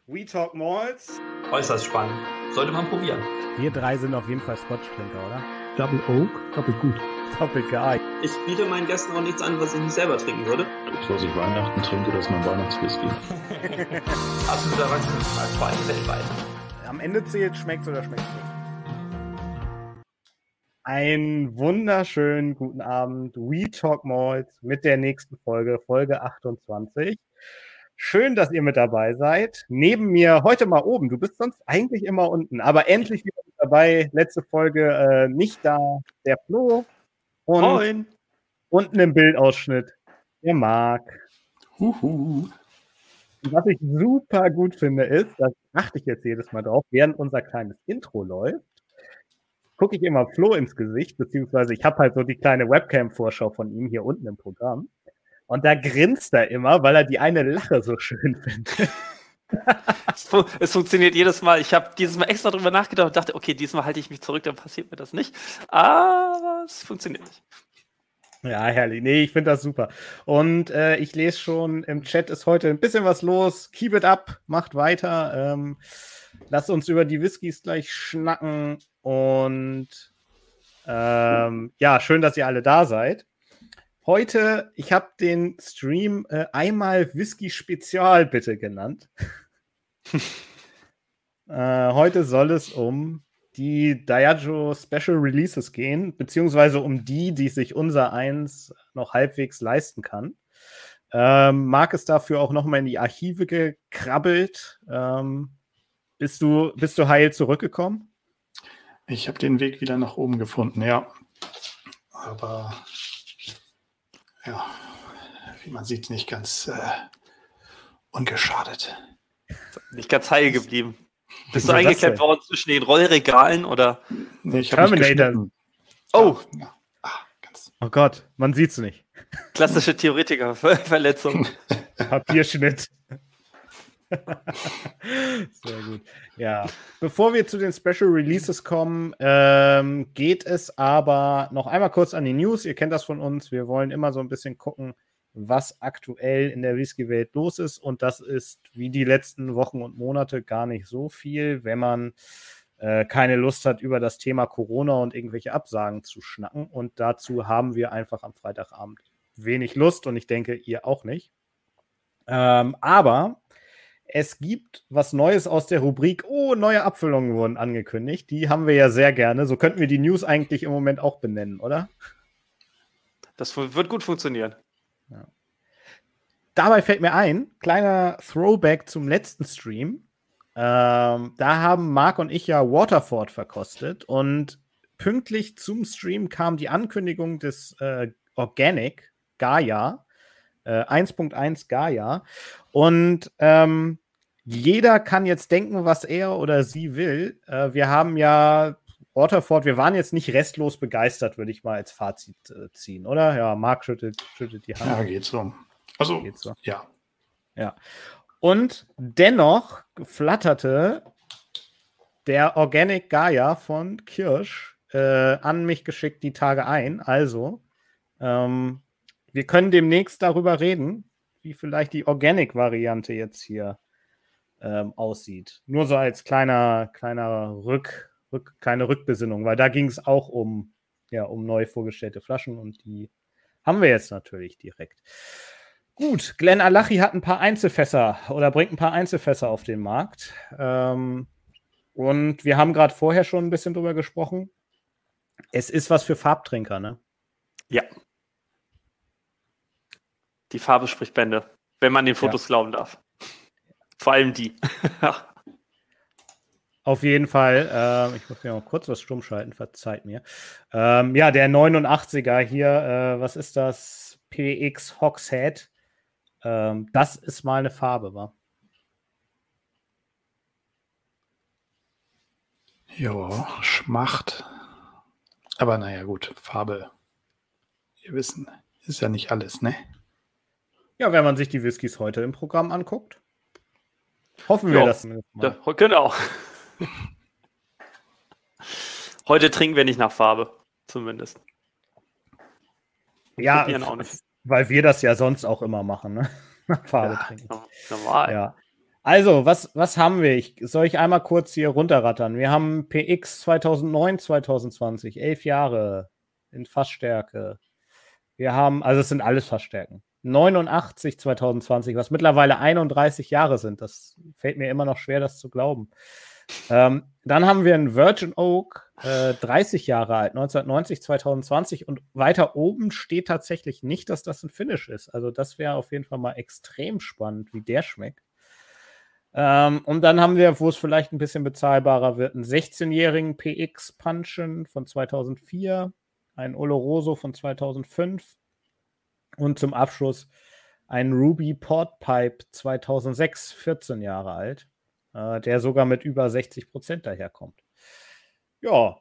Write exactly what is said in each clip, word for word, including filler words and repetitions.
We Talk Malts. Äußerst spannend. Sollte man probieren. Wir drei sind auf jeden Fall Scotch-Trinker, oder? Double Oak, doppelt gut. Doppelt geil. Ich biete meinen Gästen auch nichts an, was ich nicht selber trinken würde. Das, was ich Weihnachten trinke, das ist mein Weihnachtswhisky. Absoluter Wachstumsmarkt, vor allem weltweit. Am Ende zählt, schmeckt's oder schmeckt's nicht. Einen wunderschönen guten Abend. We Talk Malts mit der nächsten Folge, Folge achtundzwanzig. Schön, dass ihr mit dabei seid. Neben mir heute mal oben. Du bist sonst eigentlich immer unten, aber endlich wieder mit dabei. Letzte Folge äh, nicht da, der Flo. Und Moin. unten im Bildausschnitt der Marc. Huhu. Und was ich super gut finde, ist, das achte ich jetzt jedes Mal drauf, während unser kleines Intro läuft, gucke ich immer Flo ins Gesicht, beziehungsweise ich habe halt so die kleine Webcam-Vorschau von ihm hier unten im Programm. Und da grinst er immer, weil er die eine Lache so schön findet. Es, fu- es funktioniert jedes Mal. Ich habe dieses Mal extra drüber nachgedacht und dachte, okay, diesmal halte ich mich zurück, dann passiert mir das nicht. Aber es funktioniert nicht. Ja, herrlich. Nee, ich finde das super. Und äh, ich lese schon, im Chat ist heute ein bisschen was los. Keep it up, macht weiter. Ähm, lasst uns über die Whiskys gleich schnacken. Und ähm, ja, schön, dass ihr alle da seid. Heute, ich habe den Stream äh, einmal Whisky Spezial bitte genannt. äh, heute soll es um die Diageo Special Releases gehen, beziehungsweise um die, die sich unser eins noch halbwegs leisten kann. Ähm, Marc ist dafür auch nochmal in die Archive gekrabbelt. Ähm, bist du, bist du heil zurückgekommen? Ich habe den Weg wieder nach oben gefunden, ja. Aber ja, wie man sieht, nicht ganz äh, ungeschadet. Nicht ganz heil geblieben. Bist Wieso du das eingeklemmt denn? worden zwischen den Rollregalen oder? Nee, ich habe mich Terminator. geschnitten. Oh, Ja. Ah, ganz. Oh Gott, man sieht's nicht. klassische Theoretikerverletzung. Papierschnitt. Sehr gut. Ja, bevor wir zu den Special Releases kommen, ähm, geht es aber noch einmal kurz an die News. Ihr kennt das von uns. Wir wollen immer so ein bisschen gucken, was aktuell in der Whisky-Welt los ist. Und das ist wie die letzten Wochen und Monate gar nicht so viel, wenn man äh, keine Lust hat, über das Thema Corona und irgendwelche Absagen zu schnacken. Und dazu haben wir einfach am Freitagabend wenig Lust und ich denke, ihr auch nicht. Ähm, aber es gibt was Neues aus der Rubrik, oh, neue Abfüllungen wurden angekündigt. Die haben wir ja sehr gerne. So könnten wir die News eigentlich im Moment auch benennen, oder? Das fu- wird gut funktionieren. Dabei fällt mir ein, kleiner Throwback zum letzten Stream. Ähm, da haben Marc und ich ja Waterford verkostet und pünktlich zum Stream kam die Ankündigung des äh, Organic Gaia, äh, eins Punkt eins Gaia. Und ähm, jeder kann jetzt denken, was er oder sie will. Äh, wir haben ja Waterford, wir waren jetzt nicht restlos begeistert, würde ich mal als Fazit äh, ziehen, oder? Ja, Marc schüttelt, schüttelt die Hand. Ja, geht so. Also, Geht so. ja. Ja. Und dennoch flatterte der Organic Gaia von Kirsch äh, an mich geschickt die Tage ein. Also, ähm, wir können demnächst darüber reden, wie vielleicht die Organic-Variante jetzt hier ähm, aussieht. Nur so als kleiner, kleiner Rück, Rück, kleine Rückbesinnung, weil da ging es auch um, ja, um neu vorgestellte Flaschen und die haben wir jetzt natürlich direkt. Gut, Glen Alachi hat ein paar Einzelfässer oder bringt ein paar Einzelfässer auf den Markt. Ähm, und wir haben gerade vorher schon ein bisschen drüber gesprochen. Es ist was für Farbtrinker, ne? Ja. Die Farbe spricht Bände, wenn man den Fotos glauben darf. Vor allem die. Auf jeden Fall. Ähm, ich muss mir mal kurz was stumm schalten, verzeiht mir. Ähm, ja, der neunundachtziger hier, äh, was ist das? P X Hogshead. Ähm, das ist mal eine Farbe, wa? Ja, Schmacht. Aber naja, gut, Farbe. Wir wissen, ist ja nicht alles, ne? Ja, wenn man sich die Whiskys heute im Programm anguckt. Hoffen wir Ja, das zumindest mal. Ja, genau. Heute trinken wir nicht nach Farbe, zumindest. Ja, probieren auch nicht. weil wir das ja sonst auch immer machen, ne? Farbe Ja. trinken. Normal. Ja. Also, was, was haben wir? Ich, soll ich einmal kurz hier runterrattern? Wir haben P X zweitausendneun, zweitausendzwanzig, elf Jahre in Fassstärke. Wir haben, also es sind alles Fassstärken. neunundachtzig zweitausendzwanzig, was mittlerweile einunddreißig Jahre sind. Das fällt mir immer noch schwer, das zu glauben. Ähm, dann haben wir einen Virgin Oak, äh, dreißig Jahre alt, neunzehnhundertneunzig, zweitausendzwanzig, und weiter oben steht tatsächlich nicht, dass das ein Finish ist. Also das wäre auf jeden Fall mal extrem spannend, wie der schmeckt. Ähm, und dann haben wir, wo es vielleicht ein bisschen bezahlbarer wird, einen sechzehnjährigen P X Punchen von zweitausendvier, einen Oloroso von zweitausendfünf und zum Abschluss einen Ruby Port Pipe zweitausendsechs, vierzehn Jahre alt, äh, der sogar mit über sechzig Prozent daherkommt. Ja.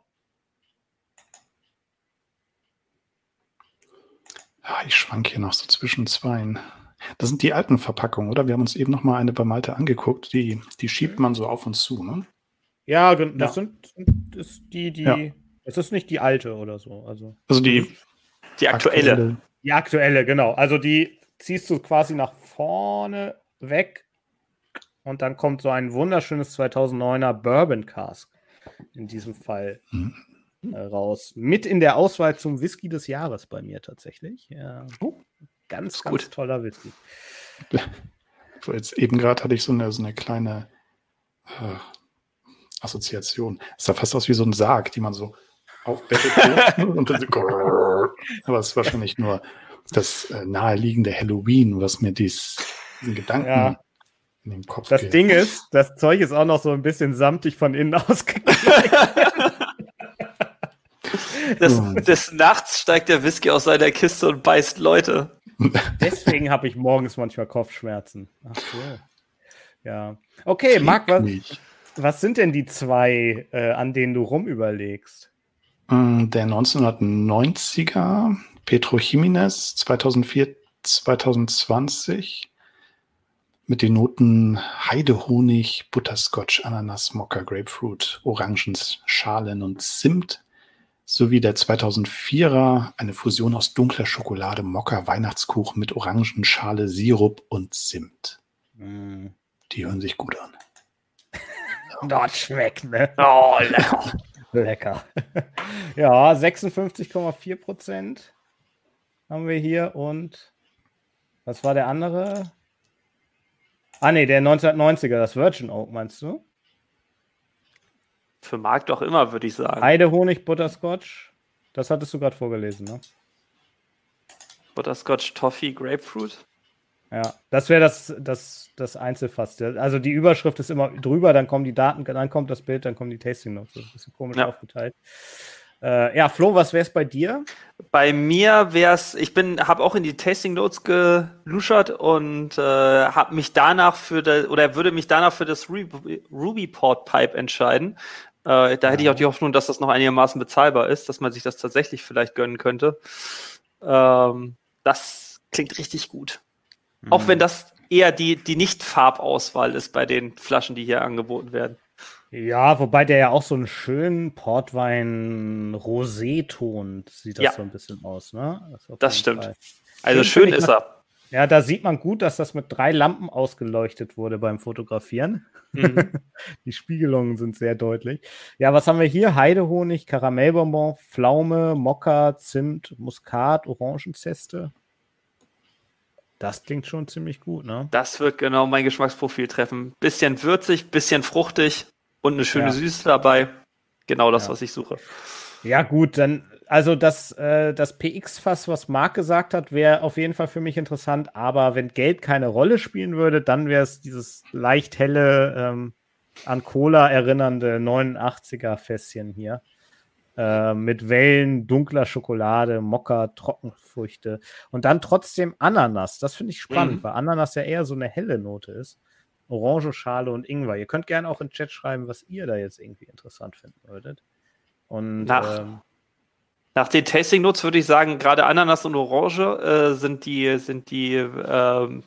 Ja, ich schwank hier noch so zwischen zweien. Das sind die alten Verpackungen, oder? Wir haben uns eben noch mal eine bei Malte angeguckt. Die, die schiebt man so auf und zu, ne? Ja, das Ja. sind das ist die, die. Ja. Es ist nicht die alte oder so. Also Also die, Die aktuelle. aktuelle. die aktuelle, genau. Also die ziehst du quasi nach vorne weg und dann kommt so ein wunderschönes zweitausenddeuner Bourbon Cask in diesem Fall Mhm. äh, raus. Mit in der Auswahl zum Whisky des Jahres bei mir tatsächlich. Ja. Ganz, Ist ganz gut. toller Whisky. So, jetzt eben gerade hatte ich so eine, so eine kleine äh, Assoziation. Es sah fast aus wie so ein Sarg, die man so aufbettet und dann so, aber es ist wahrscheinlich nur das äh, naheliegende Halloween, was mir dies, diesen Gedanken Ja. in den Kopf Das geht. Ding ist, das Zeug ist auch noch so ein bisschen samtig von innen ausgekleidet. Des, Hm. des Nachts steigt der Whisky aus seiner Kiste und beißt Leute. Deswegen habe ich morgens manchmal Kopfschmerzen. Ach so. Ja. Okay, Marc, was, Nicht. was sind denn die zwei, äh, an denen du rumüberlegst? Mm, Der neunzehnhundertneunziger Pedro Jiménez zweitausendvier, zweitausendzwanzig mit den Noten Heidehonig, Butterscotch, Ananas, Mokka, Grapefruit, Orangens, Schalen und Zimt, sowie der zweitausendvierer eine Fusion aus dunkler Schokolade, Mokka, Weihnachtskuchen mit Orangenschale, Sirup und Zimt. Mm. Die hören sich gut an. Das schmeckt, ne? Oh, lecker. Lecker. Ja, sechsundfünfzig Komma vier Prozent haben wir hier und was war der andere? Ah, ne, der neunzehnhundertneunziger, das Virgin Oak, meinst du? Für Marc doch immer, würde ich sagen. Heidehonig, Butterscotch. Das hattest du gerade vorgelesen, ne? Butterscotch, Toffee, Grapefruit. Ja, das wäre das, das, das Einzelfass. Also die Überschrift ist immer drüber, dann kommen die Daten, dann kommt das Bild, dann kommen die Tasting Notes. Das ist ein bisschen komisch Ja. aufgeteilt. Äh, ja, Flo, was wäre es bei dir? Bei mir wäre es, ich bin, habe auch in die Tasting Notes geluschert und äh, habe mich danach für das, oder würde mich danach für das Ruby, Ruby Port Pipe entscheiden. Äh, da hätte ich auch die Hoffnung, dass das noch einigermaßen bezahlbar ist, dass man sich das tatsächlich vielleicht gönnen könnte. Ähm, das klingt richtig gut. Auch wenn das eher die, die Nicht-Farbauswahl ist bei den Flaschen, die hier angeboten werden. Ja, wobei der ja auch so einen schönen Portwein-Rosé-Ton sieht das Ja. so ein bisschen aus, ne? Das, auf Das jeden stimmt. Fall. Also Schön schön finde ich ist noch- er. Ja, da sieht man gut, dass das mit drei Lampen ausgeleuchtet wurde beim Fotografieren. Mhm. Die Spiegelungen sind sehr deutlich. Ja, was haben wir hier? Heidehonig, Karamellbonbon, Pflaume, Mokka, Zimt, Muskat, Orangenzeste. Das klingt schon ziemlich gut, ne? Das wird genau mein Geschmacksprofil treffen. Bisschen würzig, bisschen fruchtig und eine schöne Ja. Süße dabei. Genau das, Ja. was ich suche. Ja, gut, dann, also das, äh, das P X-Fass, was Marc gesagt hat, wäre auf jeden Fall für mich interessant, aber wenn Geld keine Rolle spielen würde, dann wäre es dieses leicht helle, ähm, an Cola erinnernde neunundachtziger-Fässchen hier. Äh, mit Wellen, dunkler Schokolade, Mokka, Trockenfrüchte und dann trotzdem Ananas. Das finde ich spannend, Mhm. weil Ananas ja eher so eine helle Note ist. Orangenschale und Ingwer. Ihr könnt gerne auch in den Chat schreiben, was ihr da jetzt irgendwie interessant finden würdet. Und Nach- ähm, Nach den Tasting Notes würde ich sagen, gerade Ananas und Orange äh, sind die, sind die ähm,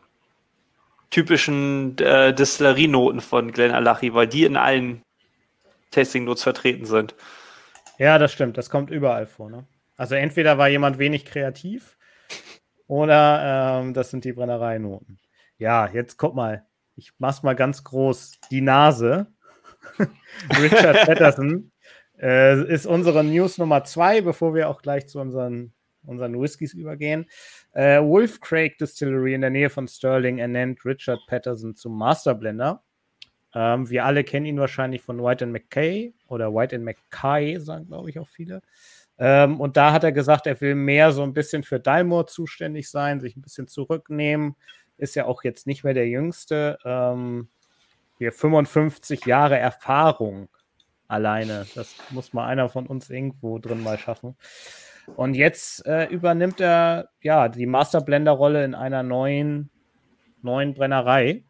typischen äh, Distillerie-Noten von Glenallachie, weil die in allen Tasting Notes vertreten sind. ja, das stimmt. Das kommt überall vor. Ne? Also entweder war jemand wenig kreativ oder ähm, das sind die Brennereinoten. Ja, jetzt guck mal. ich mach's mal ganz groß, die Nase. Richard Patterson äh, ist unsere News Nummer zwei, bevor wir auch gleich zu unseren, unseren Whiskys übergehen. Äh, Wolf Craig Distillery in der Nähe von Stirling ernennt Richard Patterson zum Masterblender. Ähm, wir alle kennen ihn wahrscheinlich von White and McKay oder White and Mackay, sagen glaube ich auch viele. Ähm, und da hat er gesagt, er will mehr so ein bisschen für Dalmor zuständig sein, sich ein bisschen zurücknehmen. Ist ja auch jetzt nicht mehr der Jüngste. Ähm, hier fünfundfünfzig Jahre Erfahrung alleine. Das muss mal einer von uns irgendwo drin mal schaffen. Und jetzt äh, übernimmt er ja die Masterblender-Rolle in einer neuen, neuen Brennerei.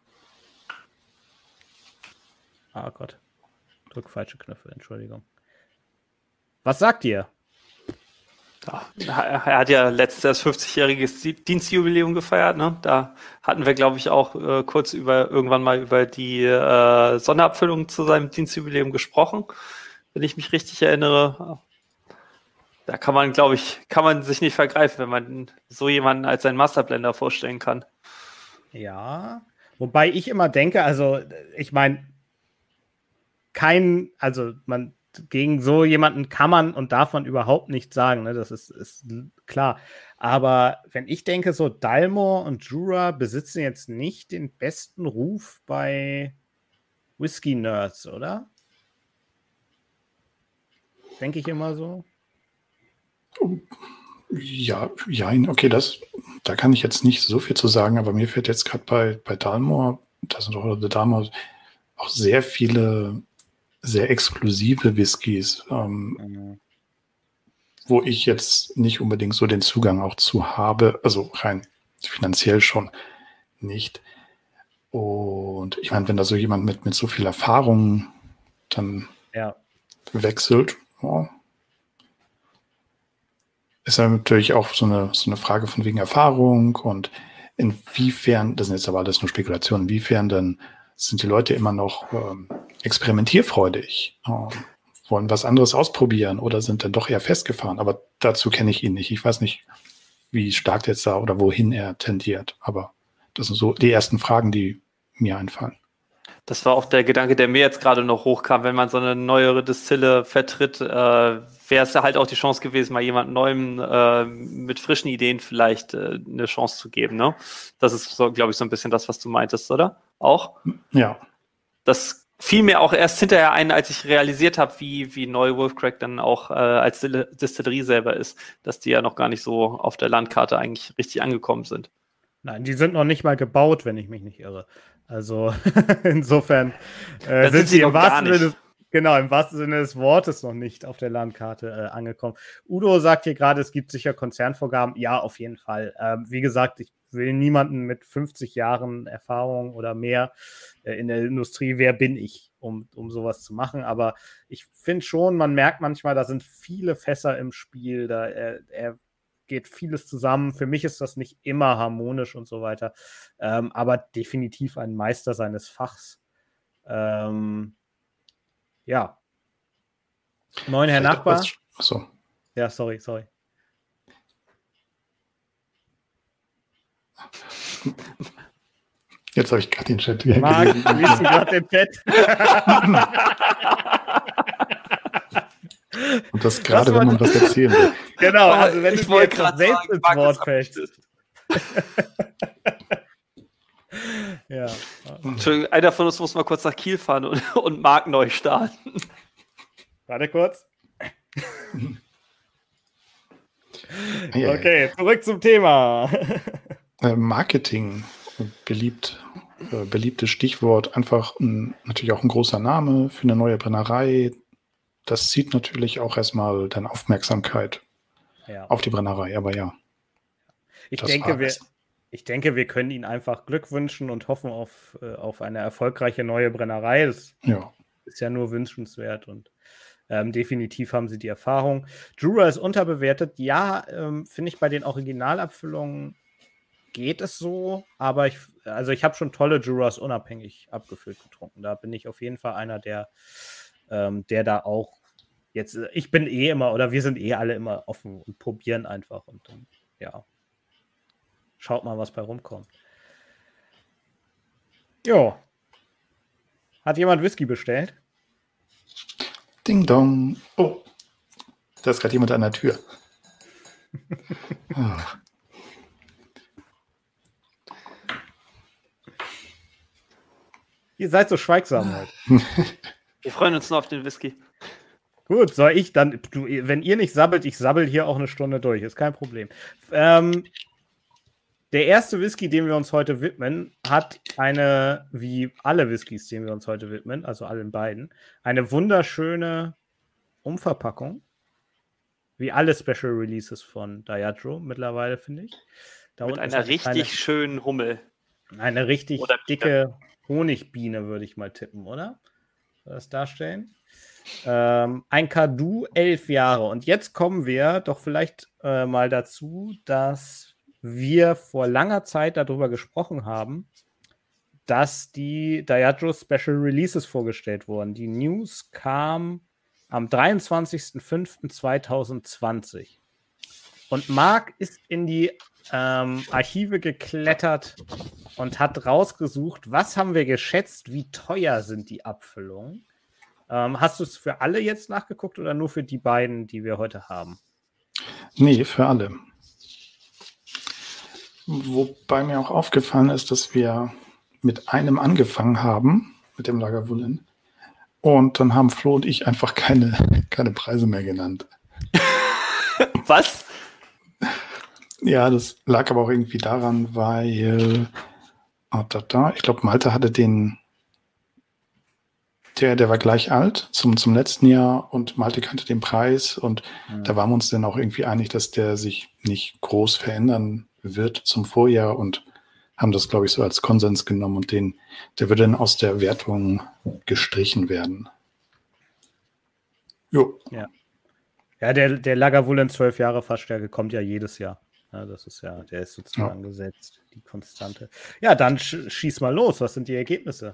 Ah Gott. Drück falsche Knöpfe, Entschuldigung. Was sagt ihr? Ja, er hat ja letztes Jahr das fünfzigjähriges Dienstjubiläum gefeiert. Ne? Da hatten wir, glaube ich, auch äh, kurz über irgendwann mal über die äh, Sonderabfüllung zu seinem Dienstjubiläum gesprochen, wenn ich mich richtig erinnere. Da kann man, glaube ich, kann man sich nicht vergreifen, wenn man so jemanden als seinen Masterblender vorstellen kann. Ja, wobei ich immer denke, also ich meine, kein, also man gegen so jemanden kann man und darf man überhaupt nichts sagen, ne? Das ist, ist klar. Aber wenn ich denke, so Dalmor und Jura besitzen jetzt nicht den besten Ruf bei Whisky-Nerds, oder? Denke ich immer so. Ja, ja, okay, das, da kann ich jetzt nicht so viel zu sagen, aber mir fällt jetzt gerade bei, bei Dalmor, das sind doch Dalmor auch sehr viele sehr exklusive Whiskys, ähm, mhm. wo ich jetzt nicht unbedingt so den Zugang auch zu habe, also rein finanziell schon nicht. Und ich meine, wenn da so jemand mit, mit so viel Erfahrung dann ja. wechselt, ja, ist ja natürlich auch so eine, so eine Frage von wegen Erfahrung und inwiefern, das sind jetzt aber alles nur Spekulationen, inwiefern denn sind die Leute immer noch ähm, experimentierfreudig, äh, wollen was anderes ausprobieren oder sind dann doch eher festgefahren. Aber dazu kenne ich ihn nicht. Ich weiß nicht, wie stark jetzt da oder wohin er tendiert. Aber das sind so die ersten Fragen, die mir einfallen. Das war auch der Gedanke, der mir jetzt gerade noch hochkam. Wenn man so eine neuere Distille vertritt, äh, wäre es halt auch die Chance gewesen, mal jemand Neuem äh, mit frischen Ideen vielleicht äh, eine Chance zu geben. Ne? Das ist, so, glaube ich, so ein bisschen das, was du meintest, oder? Auch? Ja. Das fiel mir auch erst hinterher ein, als ich realisiert habe, wie, wie neu Wolf Craig dann auch äh, als Distillerie selber ist, dass die ja noch gar nicht so auf der Landkarte eigentlich richtig angekommen sind. Nein, die sind noch nicht mal gebaut, wenn ich mich nicht irre. Also insofern äh, sind, sind sie im wahrsten Sinne des, genau, im wahrsten Sinne des Wortes noch nicht auf der Landkarte äh, angekommen. Udo sagt hier gerade, es gibt sicher Konzernvorgaben. Ja, auf jeden Fall. Ähm, wie gesagt, ich will niemanden mit fünfzig Jahren Erfahrung oder mehr äh, in der Industrie, wer bin ich, um, um sowas zu machen. Aber ich finde schon, man merkt manchmal, da sind viele Fässer im Spiel, da er, er geht vieles zusammen. Für mich ist das nicht immer harmonisch und so weiter, ähm, aber definitiv ein Meister seines Fachs. Ähm, ja. Moin, Herr Nachbar. Achso. Ja, sorry, sorry. Jetzt habe ich gerade den Chat gelesen. Marc, liest du gerade den Chat? Und das gerade, wenn man was erzählen will. Genau, also wenn ich du dir gerade selbst ins Wort fällst. Ja. Entschuldigung, einer von uns muss mal kurz nach Kiel fahren und, und Marc neu starten. Warte kurz. Okay, zurück zum Thema. Marketing, beliebt, beliebtes Stichwort, einfach ein, natürlich auch ein großer Name für eine neue Brennerei. Das zieht natürlich auch erstmal dann Aufmerksamkeit ja. auf die Brennerei, aber ja. Ich denke, wir, ich denke, wir können Ihnen einfach Glück wünschen und hoffen auf, äh, auf eine erfolgreiche neue Brennerei. Das ja. ist ja nur wünschenswert und ähm, definitiv haben Sie die Erfahrung. Jura ist unterbewertet. Ja, ähm, finde ich bei den Originalabfüllungen geht es so, aber ich, also ich habe schon tolle Juras unabhängig abgefüllt getrunken. Da bin ich auf jeden Fall einer, der, ähm, der da auch jetzt, ich bin eh immer, oder wir sind eh alle immer offen und probieren einfach und dann, ja, schaut mal, was bei rumkommt. Jo. Hat jemand Whisky bestellt? Ding dong. Oh, da ist gerade jemand an der Tür. Oh. Ihr seid so schweigsam heute. Wir freuen uns nur auf den Whisky. Gut, soll ich dann, du, wenn ihr nicht sabbelt, ich sabbel hier auch eine Stunde durch, ist kein Problem. Ähm, der erste Whisky, dem wir uns heute widmen, hat eine, wie alle Whiskys, denen wir uns heute widmen, also allen beiden, eine wunderschöne Umverpackung. Wie alle Special Releases von Diageo mittlerweile, finde ich. Da Mit unten ist einer eine richtig kleine- schönen Hummel. Eine richtig Oder Biene. dicke Honigbiene, würde ich mal tippen, oder? Soll das darstellen? Ähm, ein Kadu, elf Jahre. Und jetzt kommen wir doch vielleicht äh, mal dazu, dass wir vor langer Zeit darüber gesprochen haben, dass die Diageo Special Releases vorgestellt wurden. Die News kam am dreiundzwanzigsten fünften zweitausendzwanzig. Und Marc ist in die ähm, Archive geklettert und hat rausgesucht, was haben wir geschätzt, wie teuer sind die Abfüllungen. Ähm, hast du es für alle jetzt nachgeguckt oder nur für die beiden, die wir heute haben? Nee, für alle. Wobei mir auch aufgefallen ist, dass wir mit einem angefangen haben, mit dem Lagavulin. Und dann haben Flo und ich einfach keine, keine Preise mehr genannt. Was? Ja, das lag aber auch irgendwie daran, weil ah, da, da, ich glaube, Malte hatte den, der, der war gleich alt zum, zum letzten Jahr und Malte kannte den Preis und Mhm. da waren wir uns dann auch irgendwie einig, dass der sich nicht groß verändern wird zum Vorjahr und haben das, glaube ich, so als Konsens genommen und den, der würde dann aus der Wertung gestrichen werden. Jo. Ja, der, der Lagavulin zwölf Jahre Fassstärke kommt ja jedes Jahr. Ja, das ist ja, der ist sozusagen Ja. gesetzt, die Konstante. Ja, dann sch schieß mal los. Was sind die Ergebnisse?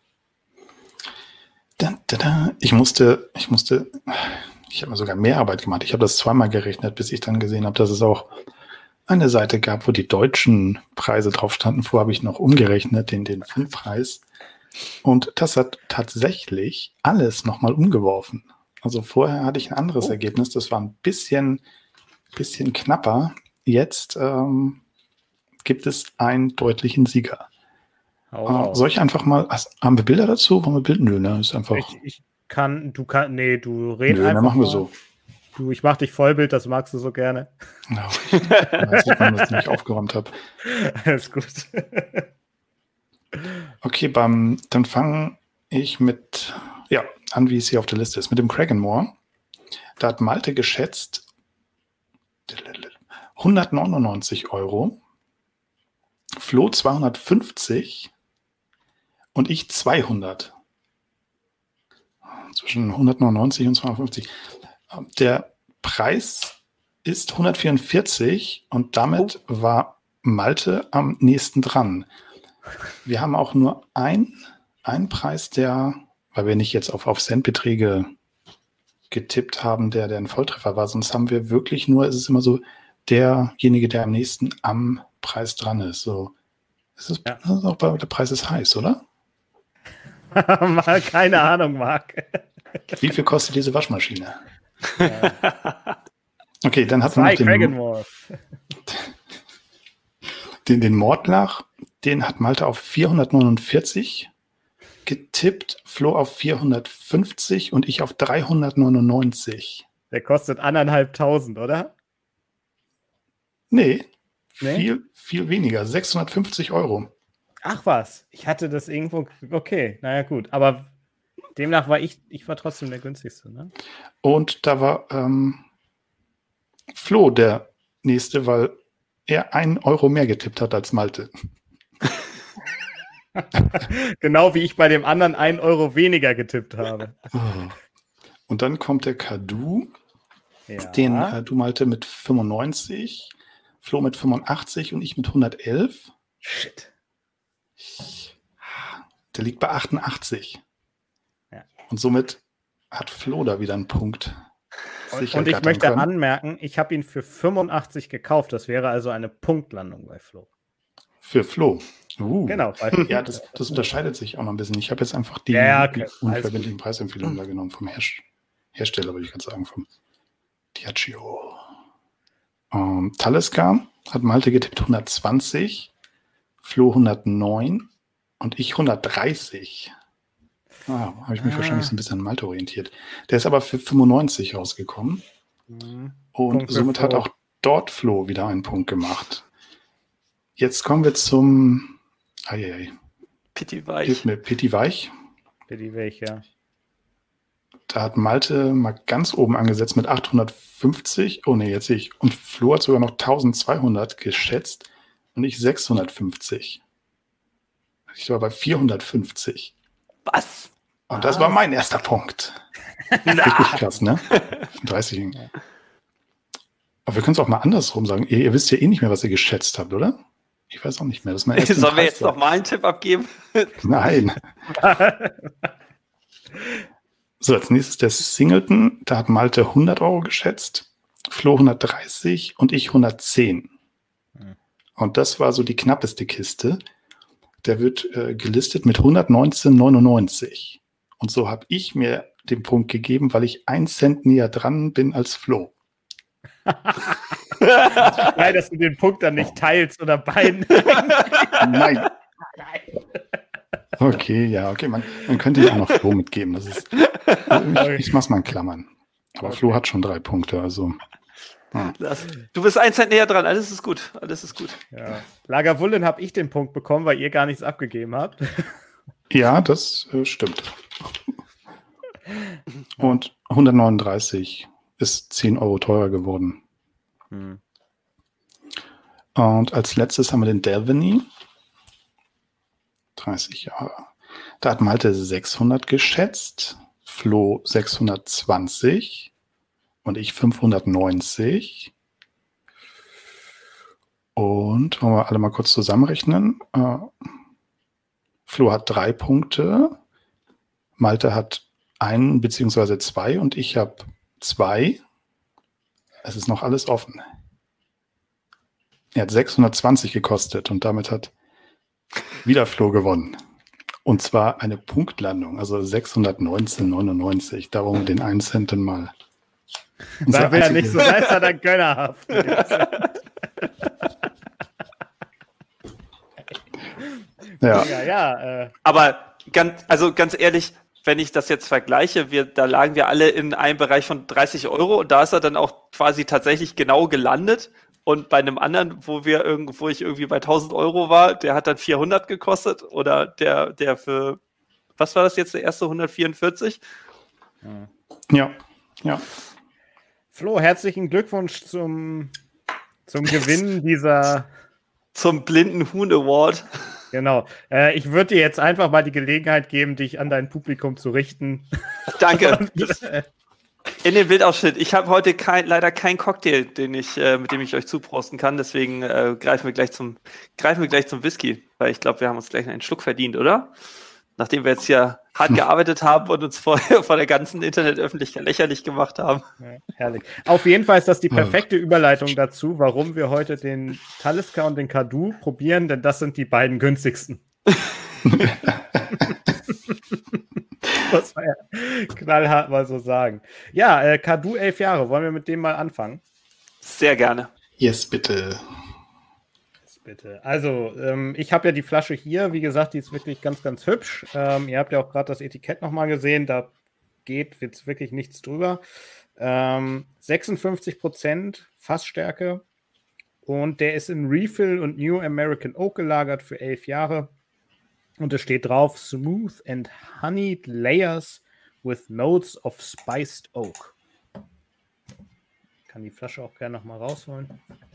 Da, da, da. Ich musste, ich musste, ich habe mir sogar mehr Arbeit gemacht. Ich habe das zweimal gerechnet, bis ich dann gesehen habe, dass es auch eine Seite gab, wo die deutschen Preise drauf standen. Vorher habe ich noch umgerechnet, den, den Fundpreis. Und das hat tatsächlich alles nochmal umgeworfen. Also vorher hatte ich ein anderes Oh. Ergebnis. Das war ein bisschen, bisschen knapper. Jetzt ähm, gibt es einen deutlichen Sieger. Hau Äh, raus. soll ich einfach mal, hast, haben wir Bilder dazu? Wollen wir Bilder? Nö, ne? Ist einfach, Ich, ich kann, du kannst, nee, du red nö, einfach dann machen wir mal. so. Du, ich mach dich Vollbild, das magst du so gerne. Ja, ich weiß nicht, wann ich das nicht aufgeräumt habe. Alles gut. Okay, beim, dann fange ich mit, ja, an, wie es hier auf der Liste ist, mit dem Cragganmore. Da hat Malte geschätzt hundertneunundneunzig Euro, Flo zweihundertfünfzig und ich zweihundert. Zwischen hundertneunundneunzig und zweihundertfünfzig. Der Preis ist hundertvierundvierzig und damit war Malte am nächsten dran. Wir haben auch nur ein, einen Preis, der, weil wir nicht jetzt auf, auf Centbeträge getippt haben, der, der ein Volltreffer war, sonst haben wir wirklich nur, es ist immer so, derjenige, der am nächsten am Preis dran ist. So, es ist, Ja. das ist auch bei, der Preis ist heiß, oder? Mal keine Ahnung, Marc. Wie viel kostet diese Waschmaschine? Okay, dann hat man Zwei noch den, Cragganmore. den, den Mordlach, den hat Malte auf vierhundertneunundvierzig getippt, Flo auf vierhundertfünfzig und ich auf dreihundertneunundneunzig. Der kostet anderthalbtausend, oder? Nee, Nee? viel, viel weniger, sechshundertfünfzig Euro. Ach was, ich hatte das irgendwo. Okay, naja, gut. Aber demnach war ich, ich war trotzdem der günstigste, ne? Und da war ähm, Flo der nächste, weil er einen Euro mehr getippt hat als Malte. Genau wie ich bei dem anderen einen Euro weniger getippt habe. Und dann kommt der Kadu, Ja. den äh, du Malte mit fünfundneunzig, Flo mit fünfundachtzig und ich mit hundertelf. Shit. Der liegt bei achtundachtzig. Ja. Und somit hat Flo da wieder einen Punkt. Und, sicher und ich gattern möchte können. anmerken, ich habe ihn für fünfundachtzig gekauft. Das wäre also eine Punktlandung bei Flo. Für Flo. Uh. Genau. Weil, Ja, das, das unterscheidet sich auch noch ein bisschen. Ich habe jetzt einfach die, Ja, ja, okay. die Alles unverbindlichen Preisempfehlungen da genommen vom Her Hersteller, würde ich gerade sagen, vom Diageo. Ähm, Talisker hat Malte getippt hundertzwanzig, Flo hundertneun und ich hundertdreißig. Ah, habe ich mich Ah. wahrscheinlich so ein bisschen an Malte orientiert. Der ist aber für fünfundneunzig rausgekommen. Mhm. Und Punkt für somit hat Flo. auch dort Flo wieder einen Punkt gemacht. Jetzt kommen wir zum Eieiei. Pitti Hilf Weich. mir, Pitti Weich. Für die welche. Da hat Malte mal ganz oben angesetzt mit achthundertfünfzig. Oh ne, jetzt sehe ich. Und Flo hat sogar noch eintausendzweihundert geschätzt und ich sechshundertfünfzig. Ich war bei vierhundertfünfzig. Was? Und das war mein erster Punkt. Richtig krass, ne? dreißig. Aber wir können es auch mal andersrum sagen. Ihr, ihr wisst ja eh nicht mehr, was ihr geschätzt habt, oder? Ich weiß auch nicht mehr. Das ist mein erster Sollen wir Preis jetzt war. noch mal einen Tipp abgeben? Nein. So, als nächstes der Singleton. Da hat Malte hundert Euro geschätzt, Flo hundertdreißig und ich hundertzehn. Und das war so die knappeste Kiste. Der wird äh, gelistet mit hundertneunzehn Komma neunundneunzig. Und so habe ich mir den Punkt gegeben, weil ich einen Cent näher dran bin als Flo. Nein, dass du den Punkt dann nicht teilst oder beiden. Nein. Okay, ja, okay. Man, man könnte ja auch noch Flo mitgeben. Das ist, ich, ich mach's mal in Klammern. Aber Okay. Flo hat schon drei Punkte, also. Hm. Das, du bist ein Cent näher dran. Alles ist gut. Alles ist gut. Ja. Lagerwullen habe ich den Punkt bekommen, weil ihr gar nichts abgegeben habt. Ja, das äh, stimmt. Und hundertneununddreißig ist zehn Euro teurer geworden. Hm. Und als letztes haben wir den Delvany. dreißig Jahre. Da hat Malte sechshundert geschätzt, Flo sechshundertzwanzig und ich fünfhundertneunzig. Und wollen wir alle mal kurz zusammenrechnen. Äh, Flo hat drei Punkte, Malte hat einen beziehungsweise zwei und ich habe zwei. Es ist noch alles offen. Er hat sechshundertzwanzig gekostet und damit hat wieder Flo gewonnen. Und zwar eine Punktlandung, also sechshundertneunzehn Komma neunundneunzig. Darum den einen Cent dann mal. Sei will er nicht so sein, ist er dann gönnerhaft. Ja, Ja, ja. Äh, Aber ganz, also ganz ehrlich, wenn ich das jetzt vergleiche, wir, da lagen wir alle in einem Bereich von dreißig Euro und da ist er dann auch quasi tatsächlich genau gelandet. Und bei einem anderen, wo wir irgendwo ich irgendwie bei tausend Euro war, der hat dann vierhundert gekostet oder der, der für, was war das jetzt, der erste hundertvierundvierzig? ja, ja. Flo, herzlichen Glückwunsch zum, zum Gewinn dieser. Zum Blinden Huhn Award. Genau. Äh, ich würde dir jetzt einfach mal die Gelegenheit geben, dich an dein Publikum zu richten. Danke. Und, äh, In den Bildausschnitt. Ich habe heute kein, leider keinen Cocktail, den ich, äh, mit dem ich euch zuprosten kann. Deswegen äh, greifen wir gleich zum, greifen wir gleich zum Whisky, weil ich glaube, wir haben uns gleich einen Schluck verdient, oder? Nachdem wir jetzt hier hart gearbeitet haben und uns vor, vor der ganzen Internetöffentlichkeit lächerlich gemacht haben. Ja, herrlich. Auf jeden Fall ist das die perfekte Überleitung dazu, warum wir heute den Talisker und den Kadu probieren, denn das sind die beiden günstigsten. Muss man ja knallhart mal so sagen. Ja, äh, Kadu elf Jahre. Wollen wir mit dem mal anfangen? Sehr gerne. Yes, bitte. Bitte. Also, ähm, ich habe ja die Flasche hier. Wie gesagt, die ist wirklich ganz, ganz hübsch. Ähm, ihr habt ja auch gerade das Etikett nochmal gesehen. Da geht jetzt wirklich nichts drüber. Ähm, sechsundfünfzig Prozent Fassstärke. Und der ist in Refill und New American Oak gelagert für elf Jahre. Und es steht drauf: Smooth and honeyed layers with notes of spiced oak. Ich kann die Flasche auch gerne nochmal rausholen.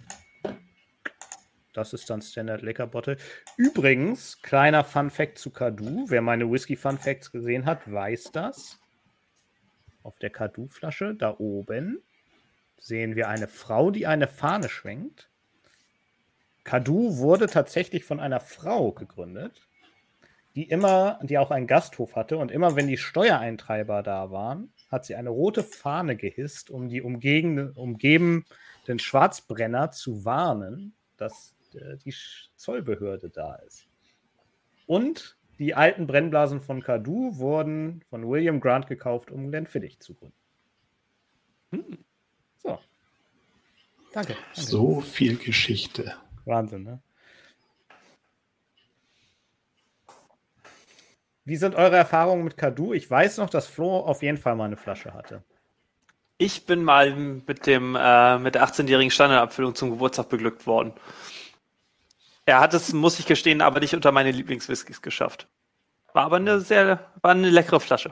Das ist dann Standard Liquor Bottle. Übrigens, kleiner Fun Fact zu Kadu. Wer meine Whisky Fun Facts gesehen hat, weiß das. Auf der Kadu-Flasche, da oben, sehen wir eine Frau, die eine Fahne schwenkt. Kadu wurde tatsächlich von einer Frau gegründet, die immer, die auch einen Gasthof hatte. Und immer, wenn die Steuereintreiber da waren, hat sie eine rote Fahne gehisst, um die umgebenden, umgebenden Schwarzbrenner zu warnen, dass äh, die Zollbehörde da ist. Und die alten Brennblasen von Kadu wurden von William Grant gekauft, um Glenfiddich zu gründen. Hm. So. Danke, danke. So viel Geschichte. Wahnsinn, ne? Wie sind eure Erfahrungen mit Kadu? Ich weiß noch, dass Flo auf jeden Fall mal eine Flasche hatte. Ich bin mal mit dem äh, mit der achtzehnjährigen Standardabfüllung zum Geburtstag beglückt worden. Er hat es, muss ich gestehen, aber nicht unter meine Lieblingswhiskys geschafft. War aber eine sehr, war eine leckere Flasche.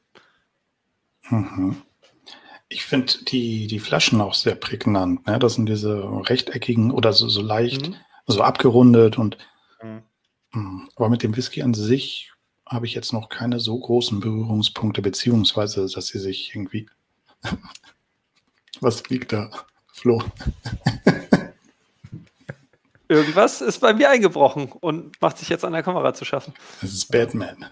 Mhm. Ich finde die, die Flaschen auch sehr prägnant. Ne? Das sind diese rechteckigen oder so, so leicht, Mhm. so abgerundet. Und Mhm. mh, aber mit dem Whisky an sich habe ich jetzt noch keine so großen Berührungspunkte, beziehungsweise, dass sie sich irgendwie. Was liegt da, Flo? Irgendwas ist bei mir eingebrochen und macht sich jetzt an der Kamera zu schaffen. Das ist Batman.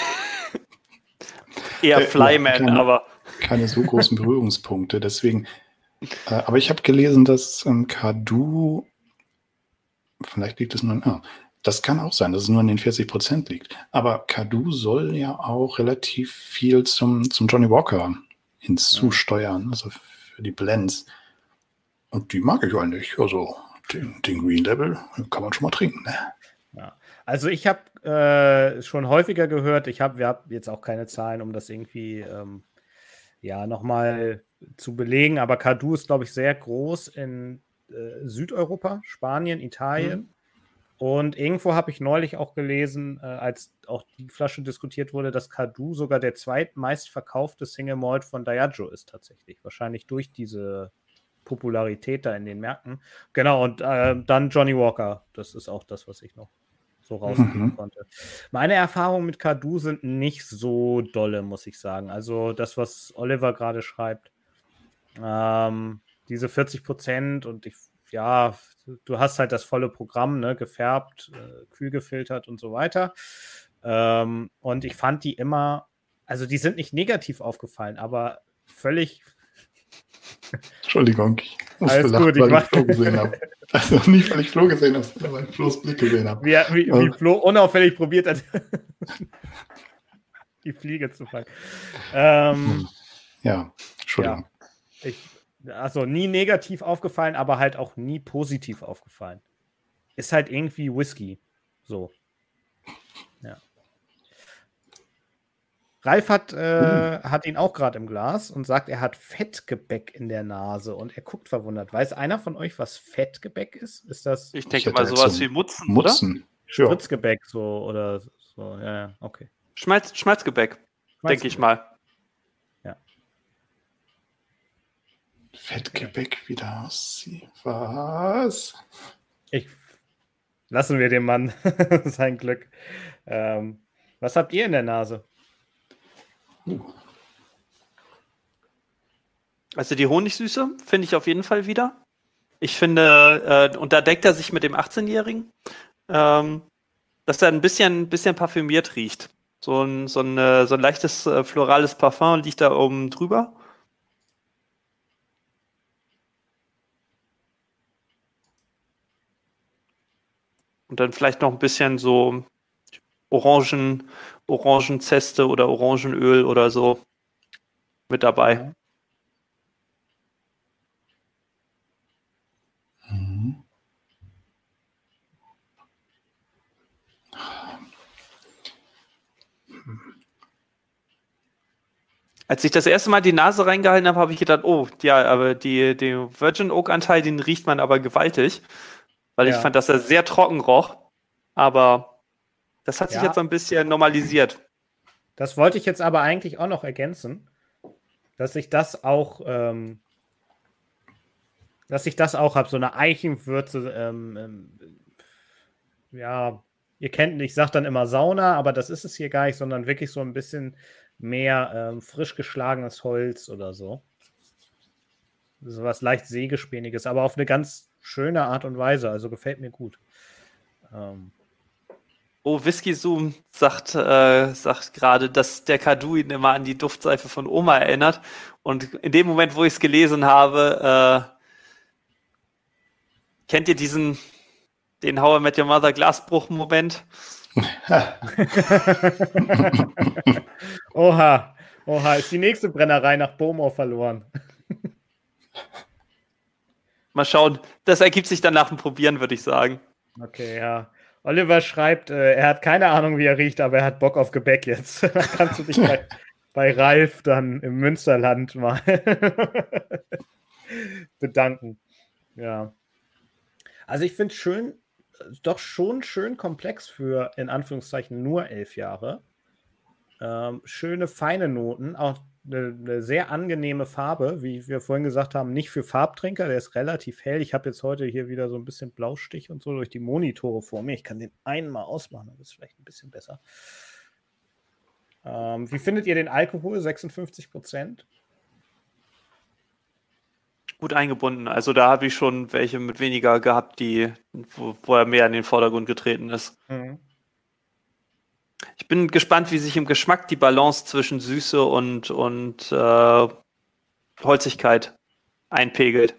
Eher Äh, Flyman, ja, keine- aber Keine so großen Berührungspunkte. Deswegen. Äh, aber ich habe gelesen, dass ähm, Kadu. Vielleicht liegt es nur. Ah, das kann auch sein, dass es nur an den vierzig Prozent liegt. Aber Kadu soll ja auch relativ viel zum, zum Johnny Walker hinzusteuern, also für die Blends. Und die mag ich eigentlich. Also den, den Green Label kann man schon mal trinken. Ne? Ja. Also ich habe äh, schon häufiger gehört, ich habe, wir haben jetzt auch keine Zahlen, um das irgendwie ähm, ja nochmal zu belegen, aber Kadu ist, glaube ich, sehr groß in äh, Südeuropa, Spanien, Italien. Mhm. Und irgendwo habe ich neulich auch gelesen, äh, als auch die Flasche diskutiert wurde, dass Kadu sogar der zweitmeistverkaufte Single Malt von Diageo ist tatsächlich. Wahrscheinlich durch diese Popularität da in den Märkten. Genau, und äh, dann Johnny Walker. Das ist auch das, was ich noch so rausgeben Mhm. konnte. Meine Erfahrungen mit Kadu sind nicht so dolle, muss ich sagen. Also das, was Oliver gerade schreibt, ähm, diese vierzig Prozent und ich, ja, du hast halt das volle Programm, ne, gefärbt, äh, kühl gefiltert und so weiter. Ähm, und ich fand die immer, also die sind nicht negativ aufgefallen, aber völlig. Entschuldigung, ich musste Alles lachen, gut, ich weil mach- ich Flo gesehen habe. Also nicht, weil ich Flo gesehen habe, sondern weil ich Flo's Blick gesehen habe. Wie, wie, wie Flo unauffällig probiert hat, die Fliege zu fangen. Ähm, Ja, Entschuldigung. ich, also nie negativ aufgefallen, aber halt auch nie positiv aufgefallen. Ist halt irgendwie Whisky. So. Ja. Ralf hat, äh, hat ihn auch gerade im Glas und sagt, er hat Fettgebäck in der Nase und er guckt verwundert. Weiß einer von euch, was Fettgebäck ist? Ist das ich denke hätte mal jetzt sowas so wie Mutzen, oder? Mutzen. Ja. Spritzgebäck so oder so? Ja, ja, okay. Schmalz, Schmalzgebäck, denke ich mal. Fettgebäck wieder aussieht. Was? Ich, lassen wir dem Mann sein Glück. Ähm, was habt ihr in der Nase? Also die Honigsüße finde ich auf jeden Fall wieder. Ich finde, äh, und da deckt er sich mit dem achtzehnjährigen, ähm, dass er ein bisschen, bisschen parfümiert riecht. So ein, so ein, äh, so ein leichtes äh, florales Parfum liegt da oben drüber. Und dann vielleicht noch ein bisschen so Orangen, Orangenzeste oder Orangenöl oder so mit dabei. Ja. Mhm. Als ich das erste Mal die Nase reingehalten habe, habe ich gedacht, oh, ja, aber die, den Virgin Oak Anteil, den riecht man aber gewaltig, weil Ja. ich fand, dass er sehr trocken roch, aber das hat sich Ja. jetzt so ein bisschen normalisiert. Das wollte ich jetzt aber eigentlich auch noch ergänzen, dass ich das auch, ähm, dass ich das auch habe, so eine Eichenwürze, ähm, ähm, ja, ihr kennt, ich sage dann immer Sauna, aber das ist es hier gar nicht, sondern wirklich so ein bisschen mehr ähm, frisch geschlagenes Holz oder so. So was leicht sägespäniges, aber auf eine ganz schöne Art und Weise, also gefällt mir gut. Ähm, Oh, Whisky Zoom sagt, äh, sagt gerade, dass der Kadu ihn immer an die Duftseife von Oma erinnert. Und in dem Moment, wo ich es gelesen habe, äh, kennt ihr diesen, den How I Met Your Mother Glasbruch-Moment. Oha, oha, ist die nächste Brennerei nach Beaumont verloren. Mal schauen. Das ergibt sich dann nach dem Probieren, würde ich sagen. Okay, ja. Oliver schreibt, äh, er hat keine Ahnung, wie er riecht, aber er hat Bock auf Gebäck jetzt. Da kannst du dich bei, bei Ralf dann im Münsterland mal bedanken. Ja. Also ich finde es schön, doch schon schön komplex für, in Anführungszeichen, nur elf Jahre. Ähm, schöne, feine Noten, auch eine, eine sehr angenehme Farbe, wie wir vorhin gesagt haben, nicht für Farbtrinker, der ist relativ hell. Ich habe jetzt heute hier wieder so ein bisschen Blaustich und so durch die Monitore vor mir. Ich kann den einen mal ausmachen, das ist vielleicht ein bisschen besser. Ähm, wie findet ihr den Alkohol? sechsundfünfzig Prozent? Gut eingebunden. Also da habe ich schon welche mit weniger gehabt, die, wo, wo er mehr in den Vordergrund getreten ist. Mhm. Ich bin gespannt, wie sich im Geschmack die Balance zwischen Süße und, und äh, Holzigkeit einpegelt.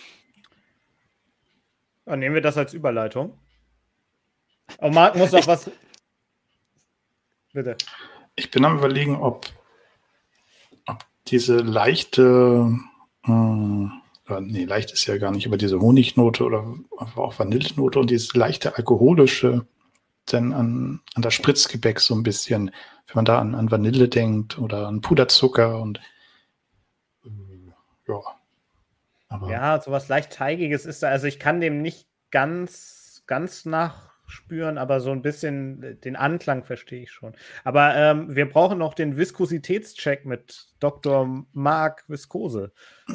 Dann nehmen wir das als Überleitung. Aber Marc muss noch was... Bitte. Ich bin am Überlegen, ob, ob diese leichte, äh, nee, leicht ist ja gar nicht, aber diese Honignote oder auch Vanillenote und dieses leichte alkoholische denn an, an das Spritzgebäck so ein bisschen, wenn man da an, an Vanille denkt oder an Puderzucker und äh, ja. Aber Ja, sowas leicht Teigiges ist da. Also ich kann dem nicht ganz, ganz nachspüren, aber so ein bisschen den Anklang verstehe ich schon. Aber ähm, wir brauchen noch den Viskositätscheck mit Doktor Marc Viskose.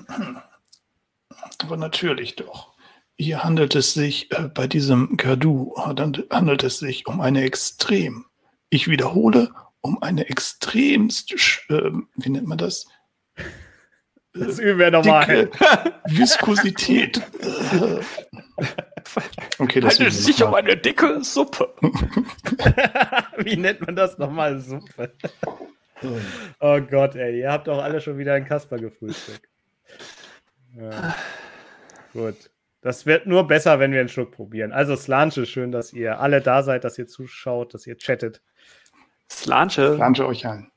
aber natürlich doch. Hier handelt es sich äh, bei diesem Gadu, handelt, handelt es sich um eine extrem, ich wiederhole, um eine extremst, äh, wie nennt man das? Das üben wir nochmal. Dicke Viskosität. Okay, das Handelt es sich um eine dicke Suppe. Wie nennt man das nochmal? Suppe. Oh Gott, ey, ihr habt doch alle schon wieder einen Kasper gefrühstückt. Ja. Gut. Das wird nur besser, wenn wir einen Schluck probieren. Also Slanche, schön, dass ihr alle da seid, dass ihr zuschaut, dass ihr chattet. Slanche. Slanche euch ein.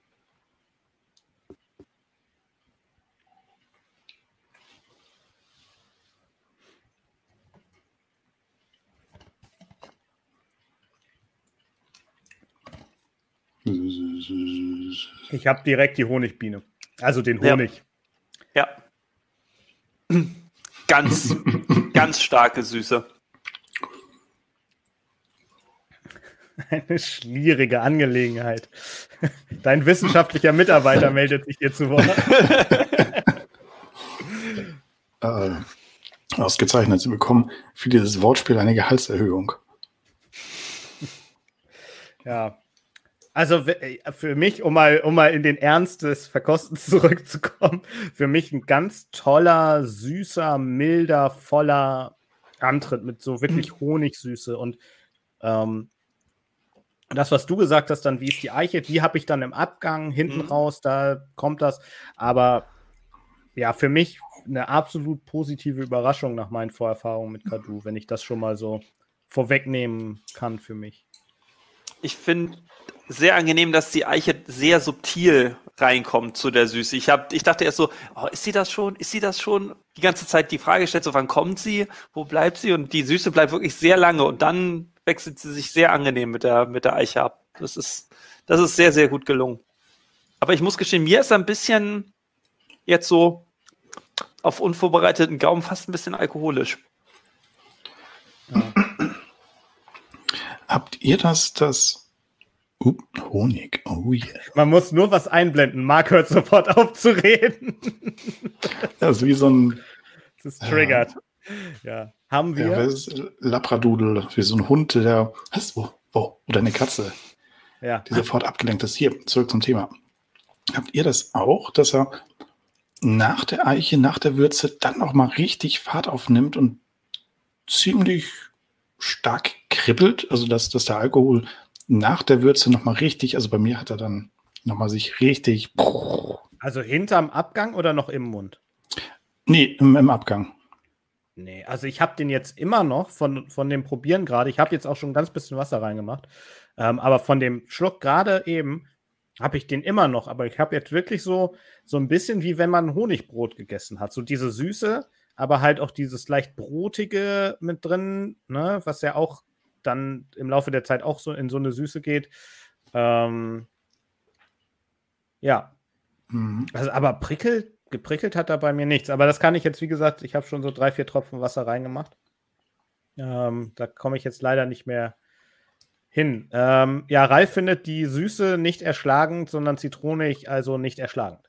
Ich habe direkt die Honigbiene. Also den Honig. Ja. ja. Ganz, ganz starke Süße. Eine schwierige Angelegenheit. Dein wissenschaftlicher Mitarbeiter meldet sich hier zu Wort. äh, ausgezeichnet. Sie bekommen für dieses Wortspiel eine Gehaltserhöhung. Ja. Also für mich, um mal, um mal in den Ernst des Verkostens zurückzukommen, für mich ein ganz toller, süßer, milder, voller Antritt mit so wirklich Honigsüße. Und ähm, das, was du gesagt hast, dann, wie ist die Eiche, die habe ich dann im Abgang hinten mhm. raus, da kommt das. Aber ja, für mich eine absolut positive Überraschung nach meinen Vorerfahrungen mit Gadu, wenn ich das schon mal so vorwegnehmen kann für mich. Ich finde sehr angenehm, dass die Eiche sehr subtil reinkommt zu der Süße. Ich, hab, ich dachte erst so, oh, ist sie das schon? Ist sie das schon? Die ganze Zeit die Frage stellt, so wann kommt sie? Wo bleibt sie? Und die Süße bleibt wirklich sehr lange und dann wechselt sie sich sehr angenehm mit der, mit der Eiche ab. Das ist, das ist sehr, sehr gut gelungen. Aber ich muss gestehen, mir ist ein bisschen jetzt so auf unvorbereiteten Gaumen fast ein bisschen alkoholisch. Ja. Habt ihr das, das Uh, Honig, oh yeah. Man muss nur was einblenden. Marc hört sofort auf zu reden. Das ist wie so ein... Das ist triggert. Äh, ja. Haben wir... Ja, das ist Labradudel, wie so ein Hund, der... Was? Wo? Wo? Oder eine Katze. Ja. Die sofort abgelenkt ist. Hier, zurück zum Thema. Habt ihr das auch, dass er nach der Eiche, nach der Würze dann noch mal richtig Fahrt aufnimmt und ziemlich stark kribbelt? Also, dass, dass der Alkohol nach der Würze nochmal richtig, also bei mir hat er dann nochmal sich richtig... Also hinterm Abgang oder noch im Mund? Nee, im, im Abgang. Nee, also ich habe den jetzt immer noch von, von dem Probieren gerade. Ich habe jetzt auch schon ein ganz bisschen Wasser reingemacht. Ähm, aber von dem Schluck gerade eben habe ich den immer noch. Aber ich habe jetzt wirklich so, so ein bisschen wie wenn man Honigbrot gegessen hat. So diese Süße, aber halt auch dieses leicht Brotige mit drin, ne? Was ja auch dann im Laufe der Zeit auch so in so eine Süße geht. Ähm, ja. Mhm. Also, aber prickelt, geprickelt hat er bei mir nichts. Aber das kann ich jetzt, wie gesagt, ich habe schon so drei, vier Tropfen Wasser reingemacht. Ähm, da komme ich jetzt leider nicht mehr hin. Ähm, ja, Ralf findet die Süße nicht erschlagend, sondern zitronig, also nicht erschlagend.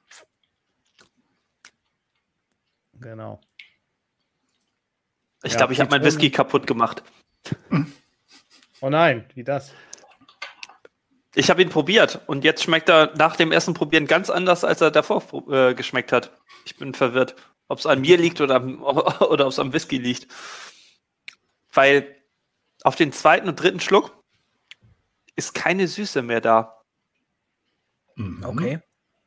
Genau. Ich Ja, glaube, ich habe mein Zitrone- Whisky kaputt gemacht. Oh nein, wie das? Ich habe ihn probiert und jetzt schmeckt er nach dem ersten Probieren ganz anders, als er davor äh, geschmeckt hat. Ich bin verwirrt, ob es an mir liegt oder, am- oder ob es am Whisky liegt. Weil auf den zweiten und dritten Schluck ist keine Süße mehr da. Mhm. Okay.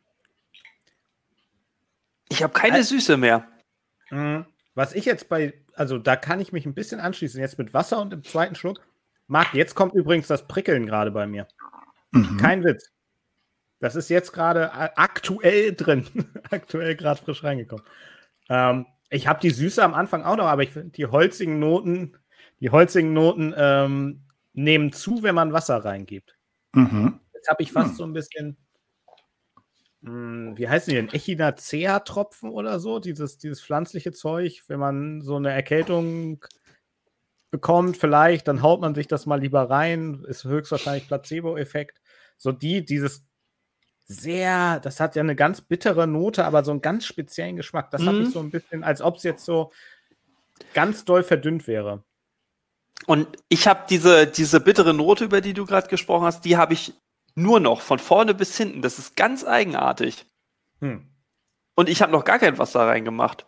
Ich habe keine Al- Süße mehr. Mhm. Was ich jetzt bei, also da kann ich mich ein bisschen anschließen, jetzt mit Wasser und im zweiten Schluck. Marc, jetzt kommt übrigens das Prickeln gerade bei mir. Mhm. Kein Witz. Das ist jetzt gerade a- aktuell drin. aktuell gerade frisch reingekommen. Ähm, ich habe die Süße am Anfang auch noch, aber ich finde, die holzigen Noten, die holzigen Noten ähm, nehmen zu, wenn man Wasser reingibt. Mhm. Jetzt habe ich fast Hm. so ein bisschen, mh, wie heißen die denn? Echinacea-Tropfen oder so? Dieses, dieses pflanzliche Zeug, wenn man so eine Erkältung bekommt, vielleicht, dann haut man sich das mal lieber rein. Ist höchstwahrscheinlich Placebo-Effekt. So die, dieses sehr, das hat ja eine ganz bittere Note, aber so einen ganz speziellen Geschmack. Das habe Mhm. ich so ein bisschen, als ob es jetzt so ganz doll verdünnt wäre. Und ich habe diese, diese bittere Note, über die du gerade gesprochen hast, die habe ich nur noch von vorne bis hinten. Das ist ganz eigenartig. Hm. Und ich habe noch gar kein Wasser reingemacht.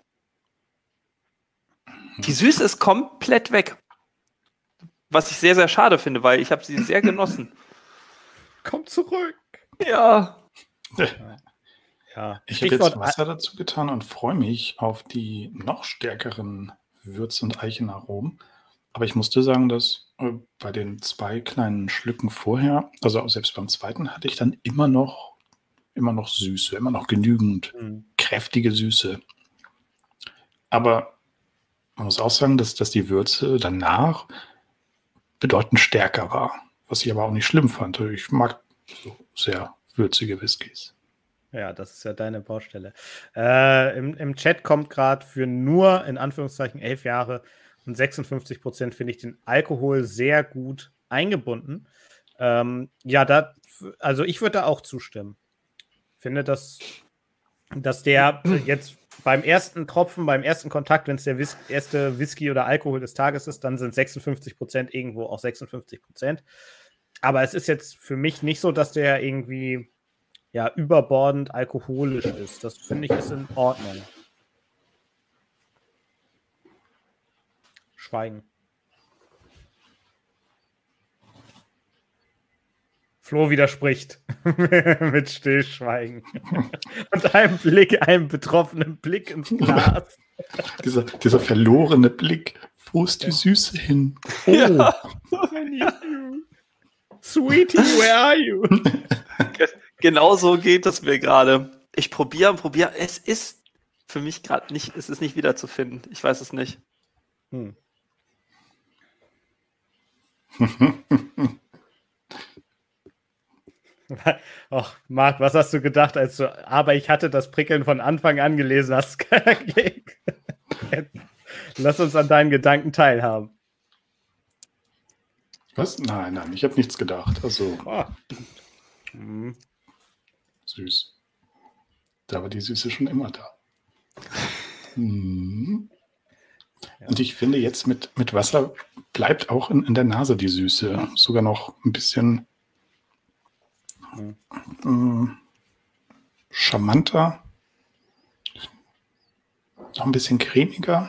Die Süße ist komplett weg. Was ich sehr, sehr schade finde, weil ich habe sie sehr genossen. Komm zurück. Ja. Ja, Ich habe jetzt Stichwort Wasser dazu getan und freue mich auf die noch stärkeren Würz- und Eichenaromen. Aber ich musste sagen, dass äh, bei den zwei kleinen Schlücken vorher, also auch selbst beim zweiten, hatte ich dann immer noch, immer noch Süße, immer noch genügend Hm. kräftige Süße. Aber man muss auch sagen, dass, dass die Würze danach bedeutend stärker war. Was ich aber auch nicht schlimm fand. Ich mag so sehr würzige Whiskys. Ja, das ist ja deine Baustelle. Äh, im, Im Chat kommt gerade für nur, in Anführungszeichen, elf Jahre und sechsundfünfzig Prozent finde ich den Alkohol sehr gut eingebunden. Ähm, ja, da, also ich würde da auch zustimmen. Finde, dass, dass der jetzt beim ersten Tropfen, beim ersten Kontakt, wenn es der Whis- erste Whisky oder Alkohol des Tages ist, dann sind sechsundfünfzig Prozent irgendwo auch sechsundfünfzig Prozent. Aber es ist jetzt für mich nicht so, dass der irgendwie ja, überbordend alkoholisch ist. Das finde ich ist in Ordnung. Schweigen. Flo widerspricht mit Stillschweigen. Und einem Blick, einem betroffenen Blick ins Glas. Dieser, dieser verlorene Blick. Wo ist die Süße hin? Oh, Ja. Sweetie, where are you? Genau so geht es mir gerade. Ich probiere und probiere. Es ist für mich gerade nicht, es ist nicht wiederzufinden. Ich weiß es nicht. Hm. Ach, Marc, was hast du gedacht, als du, aber ich hatte das Prickeln von Anfang an gelesen hast? Lass uns an deinen Gedanken teilhaben. was? Nein, nein, ich habe nichts gedacht. Also Oh. Hm. süß. Da war die Süße schon immer da. Mhm. Ja. Und ich finde jetzt mit, mit Wasser bleibt auch in, in der Nase die Süße. Sogar noch ein bisschen Mhm. ähm, charmanter. Noch ein bisschen cremiger.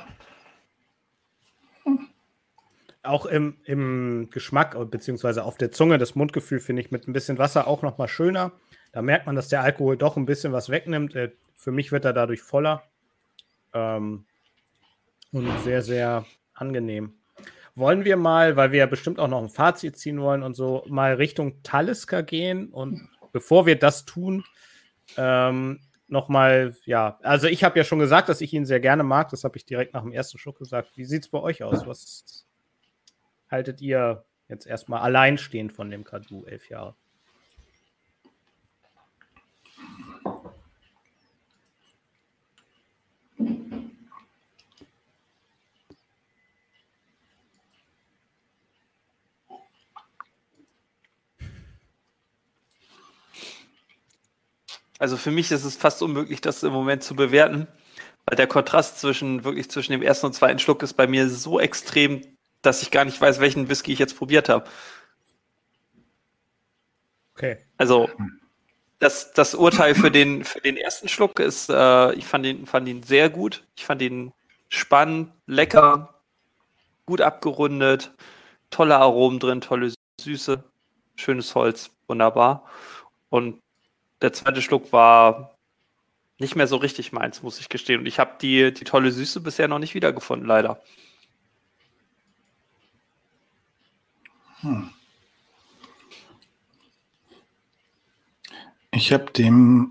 Auch im, im Geschmack, beziehungsweise auf der Zunge, das Mundgefühl finde ich mit ein bisschen Wasser auch noch mal schöner. Da merkt man, dass der Alkohol doch ein bisschen was wegnimmt. Äh, Für mich wird er dadurch voller. Ähm, und sehr, sehr angenehm. Wollen wir mal, weil wir ja bestimmt auch noch ein Fazit ziehen wollen und so, mal Richtung Talisker gehen und bevor wir das tun, ähm, nochmal, ja, also ich habe ja schon gesagt, dass ich ihn sehr gerne mag, das habe ich direkt nach dem ersten Schluck gesagt. Wie sieht es bei euch aus? Was haltet ihr jetzt erstmal alleinstehend von dem Kadu, elf Jahre? Also für mich ist es fast unmöglich, das im Moment zu bewerten, weil der Kontrast zwischen wirklich zwischen dem ersten und zweiten Schluck ist bei mir so extrem, dass ich gar nicht weiß, welchen Whisky ich jetzt probiert habe. Okay. Also das, das Urteil für den, für den ersten Schluck ist, äh, ich fand ihn, fand ihn sehr gut. Ich fand ihn spannend, lecker, gut abgerundet, tolle Aromen drin, tolle Süße, schönes Holz, wunderbar. Und der zweite Schluck war nicht mehr so richtig meins, muss ich gestehen. Und ich habe die, die tolle Süße bisher noch nicht wiedergefunden, leider. Hm. Ich habe dem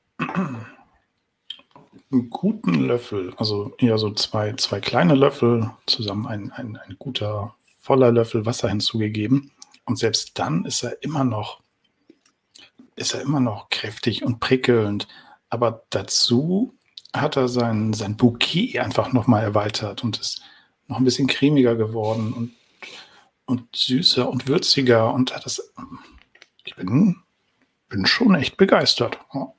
einen guten Löffel, also eher so zwei, zwei kleine Löffel, zusammen ein, ein, ein guter, voller Löffel Wasser hinzugegeben. Und selbst dann ist er immer noch ist er immer noch kräftig und prickelnd. Aber dazu hat er sein, sein Bouquet einfach nochmal erweitert und ist noch ein bisschen cremiger geworden und, und süßer und würziger. Und hat das, ich bin, bin schon echt begeistert. Ja.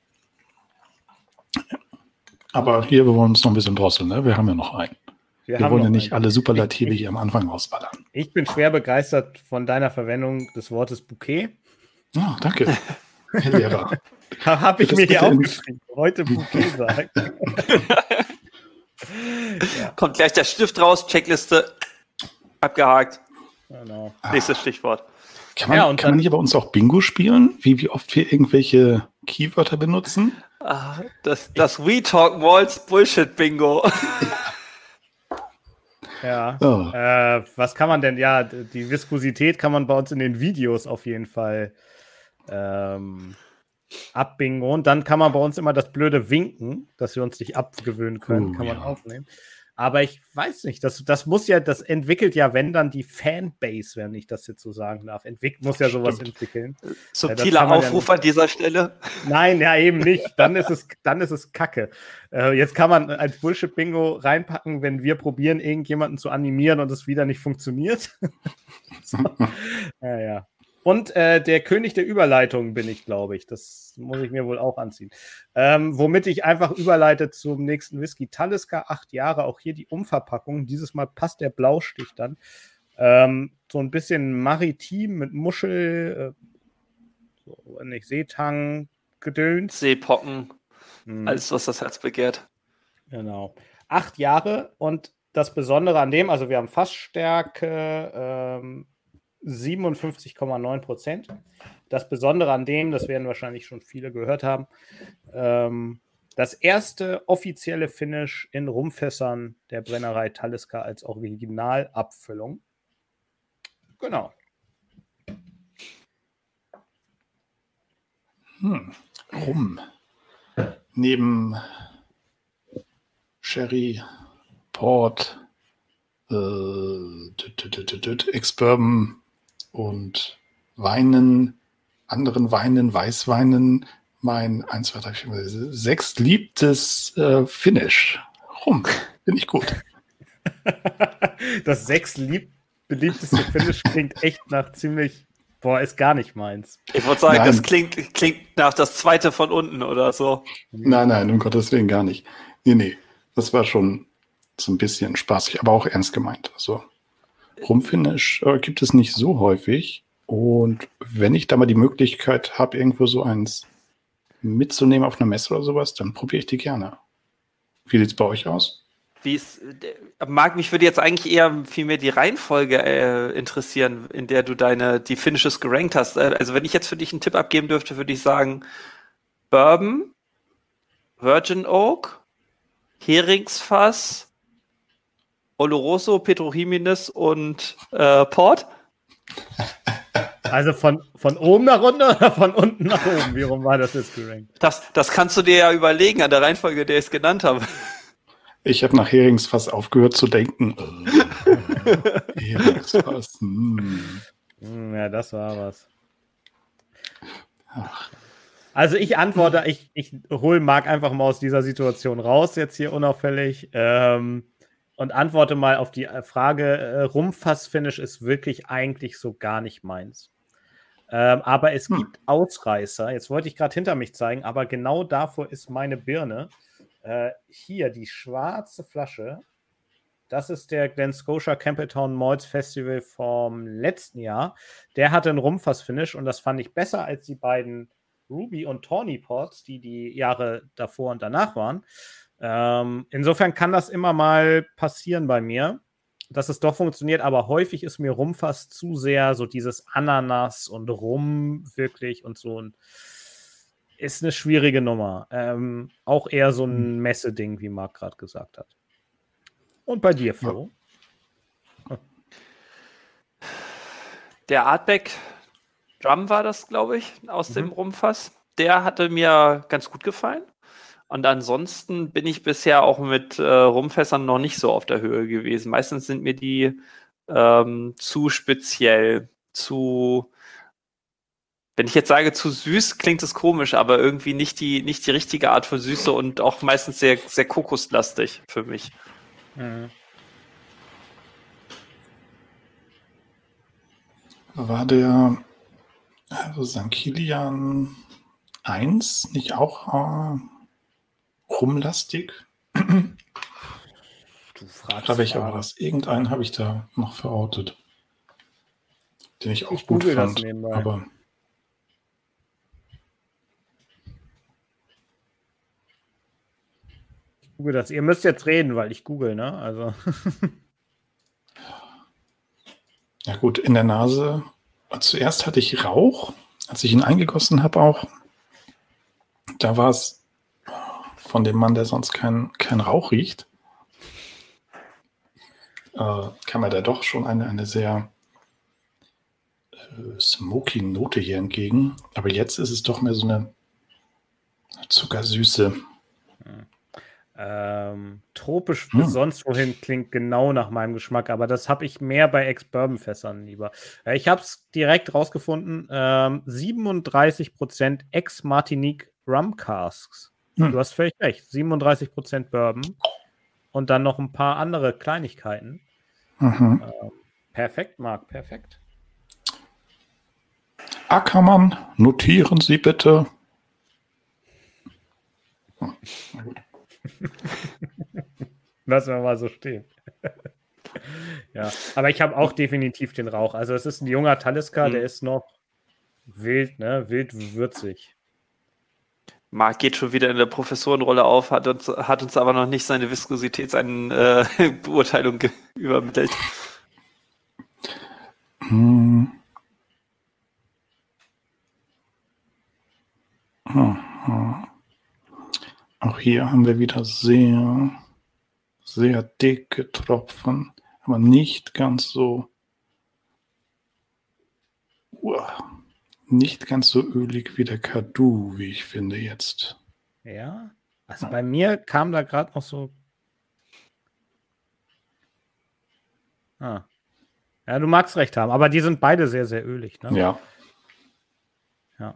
Aber hier, wir wollen uns noch ein bisschen drosseln, ne? Wir haben ja noch einen. Wir, wir wollen ja nicht einen. alle Superlative ich, ich, hier am Anfang rausballern. Ich bin schwer begeistert von deiner Verwendung des Wortes Bouquet. Ja, danke. Herr Lehrer. Habe ich das mir hier aufgeschrieben. Heute Bouquet sagen. Ja. Kommt gleich der Stift raus, Checkliste, abgehakt. Genau. Nächstes Stichwort. Kann man, ja, und kann man hier bei uns auch Bingo spielen? Wie, wie oft wir irgendwelche Keywörter benutzen? Ah, das das We Talk Malls Bullshit Bingo. Ja. Oh. Äh, was kann man denn? Ja, die Viskosität kann man bei uns in den Videos auf jeden Fall ähm, abbingo. Und dann kann man bei uns immer das blöde Winken, dass wir uns nicht abgewöhnen können, uh, kann man ja. aufnehmen. Aber ich weiß nicht, das, das muss ja, das entwickelt ja, wenn dann die Fanbase, wenn ich das jetzt so sagen darf, entwickelt, muss ja sowas Stimmt. entwickeln. Subtiler äh, Aufruf ja an dieser Stelle. Nein, ja eben nicht. Dann ist es, dann ist es Kacke. Äh, jetzt kann man als Bullshit-Bingo reinpacken, wenn wir probieren, irgendjemanden zu animieren und es wieder nicht funktioniert. so. Ja, ja. Und äh, der König der Überleitung bin ich, glaube ich. Das muss ich mir wohl auch anziehen. Ähm, womit ich einfach überleite zum nächsten Whisky. Talisker, acht Jahre. Auch hier die Umverpackung. Dieses Mal passt der Blaustich dann. Ähm, so ein bisschen maritim mit Muschel, äh, so, nicht Seetang, Gedöns. Seepocken. Hm. Alles, was das Herz begehrt. Genau. Acht Jahre. Und das Besondere an dem, also wir haben Fassstärke, ähm, siebenundfünfzig Komma neun Prozent. Das Besondere an dem, das werden wahrscheinlich schon viele gehört haben, ähm, das erste offizielle Finish in Rumfässern der Brennerei Talisker als Originalabfüllung. Genau. Hm. Rum. Neben Sherry, Port, äh, Ex-Bourbon und Weinen, anderen Weinen, Weißweinen, mein eins, zwei, drei, vier, sechs liebtes äh, Finish. Rum. Finde ich gut. Das sechs lieb beliebteste Finish klingt echt nach ziemlich, boah, ist gar nicht meins. Ich wollte sagen, nein. das klingt, klingt nach das zweite von unten oder so. Nein, nein, um Gottes Willen gar nicht. Nee, nee, das war schon so ein bisschen spaßig, aber auch ernst gemeint. Also Rumfinish äh, gibt es nicht so häufig. Und wenn ich da mal die Möglichkeit habe, irgendwo so eins mitzunehmen auf einer Messe oder sowas, dann probiere ich die gerne. Wie sieht es bei euch aus? Wie es, Marc, mich würde jetzt eigentlich eher vielmehr die Reihenfolge äh, interessieren, in der du deine die Finishes gerankt hast. Also wenn ich jetzt für dich einen Tipp abgeben dürfte, würde ich sagen Bourbon, Virgin Oak, Heringsfass, Oloroso, Pedro Jiménez und äh, Port. Also von, von oben nach unten oder von unten nach oben? Wie rum war das jetzt gerankt? Das, das kannst du dir ja überlegen an der Reihenfolge, der ich es genannt habe. Ich habe nach Herings fast aufgehört zu denken. Äh, Heringsfass. Hm. Ja, das war was. Ach. Also ich antworte, ich, ich hole Marc einfach mal aus dieser Situation raus, jetzt hier unauffällig, ähm, und antworte mal auf die Frage, äh, Rumfass-Finish ist wirklich eigentlich so gar nicht meins. Ähm, aber es Hm. gibt Ausreißer, jetzt wollte ich gerade hinter mich zeigen, aber genau davor ist meine Birne. Äh, hier, die schwarze Flasche, das ist der Glen Scotia Campbelltown Malts Festival vom letzten Jahr. Der hatte einen Rumfass-Finish und das fand ich besser als die beiden Ruby und Tawny Pots, die die Jahre davor und danach waren. Ähm, insofern kann das immer mal passieren bei mir, dass es doch funktioniert, aber häufig ist mir Rumfass zu sehr so dieses Ananas und Rum wirklich und so ein ist eine schwierige Nummer. Ähm, auch eher so ein Messeding, wie Marc gerade gesagt hat. Und bei dir, Flo? Der Artback Drum war das, glaube ich, aus Mhm. dem Rumfass. Der hatte mir ganz gut gefallen. Und ansonsten bin ich bisher auch mit äh, Rumfässern noch nicht so auf der Höhe gewesen. Meistens sind mir die ähm, zu speziell, zu, wenn ich jetzt sage zu süß, klingt es komisch, aber irgendwie nicht die, nicht die richtige Art von Süße und auch meistens sehr, sehr kokoslastig für mich. Mhm. War der also Sankt Kilian eins nicht auch äh, rumlastig? Du fragst. Oder welcher war Fragen. das? Irgendeinen habe ich da noch verortet, den ich auch Ich gut google das fand. nebenbei. Aber Ich google das. Ihr müsst jetzt reden, weil ich google, ne? Also. ja gut, in der Nase. Zuerst hatte ich Rauch, als ich ihn eingegossen habe auch. Da war es von dem Mann, der sonst kein, kein Rauch riecht, äh, kam mir da doch schon eine, eine sehr äh, smoky Note hier entgegen. Aber jetzt ist es doch mehr so eine Zuckersüße. Ähm, tropisch Hm. bis sonst wohin klingt genau nach meinem Geschmack, aber das habe ich mehr bei Ex-Bourbon-Fässern lieber. Äh, ich habe es direkt rausgefunden, ähm, siebenunddreißig Prozent Ex-Martinique Rum Casks. Hm. Du hast völlig recht, siebenunddreißig Prozent Bourbon und dann noch ein paar andere Kleinigkeiten. Mhm. Ähm, perfekt, Marc, perfekt. Ackermann, notieren Sie bitte. Hm. Na gut. Lassen wir mal so stehen. Ja, aber ich habe auch definitiv den Rauch. Also es ist ein junger Talisker, Mhm. der ist noch wild, ne? Wild würzig. Marc geht schon wieder in der Professorenrolle auf, hat uns, hat uns aber noch nicht seine Viskositätsbeurteilung äh, übermittelt. Hm. Aha. Auch hier haben wir wieder sehr, sehr dicke Tropfen, aber nicht ganz so, uah, nicht ganz so ölig wie der Kadu, wie ich finde jetzt. Ja, also bei mir kam da gerade noch so. Ah. Ja, du magst recht haben, aber die sind beide sehr, sehr ölig, ne? Ja. Ja.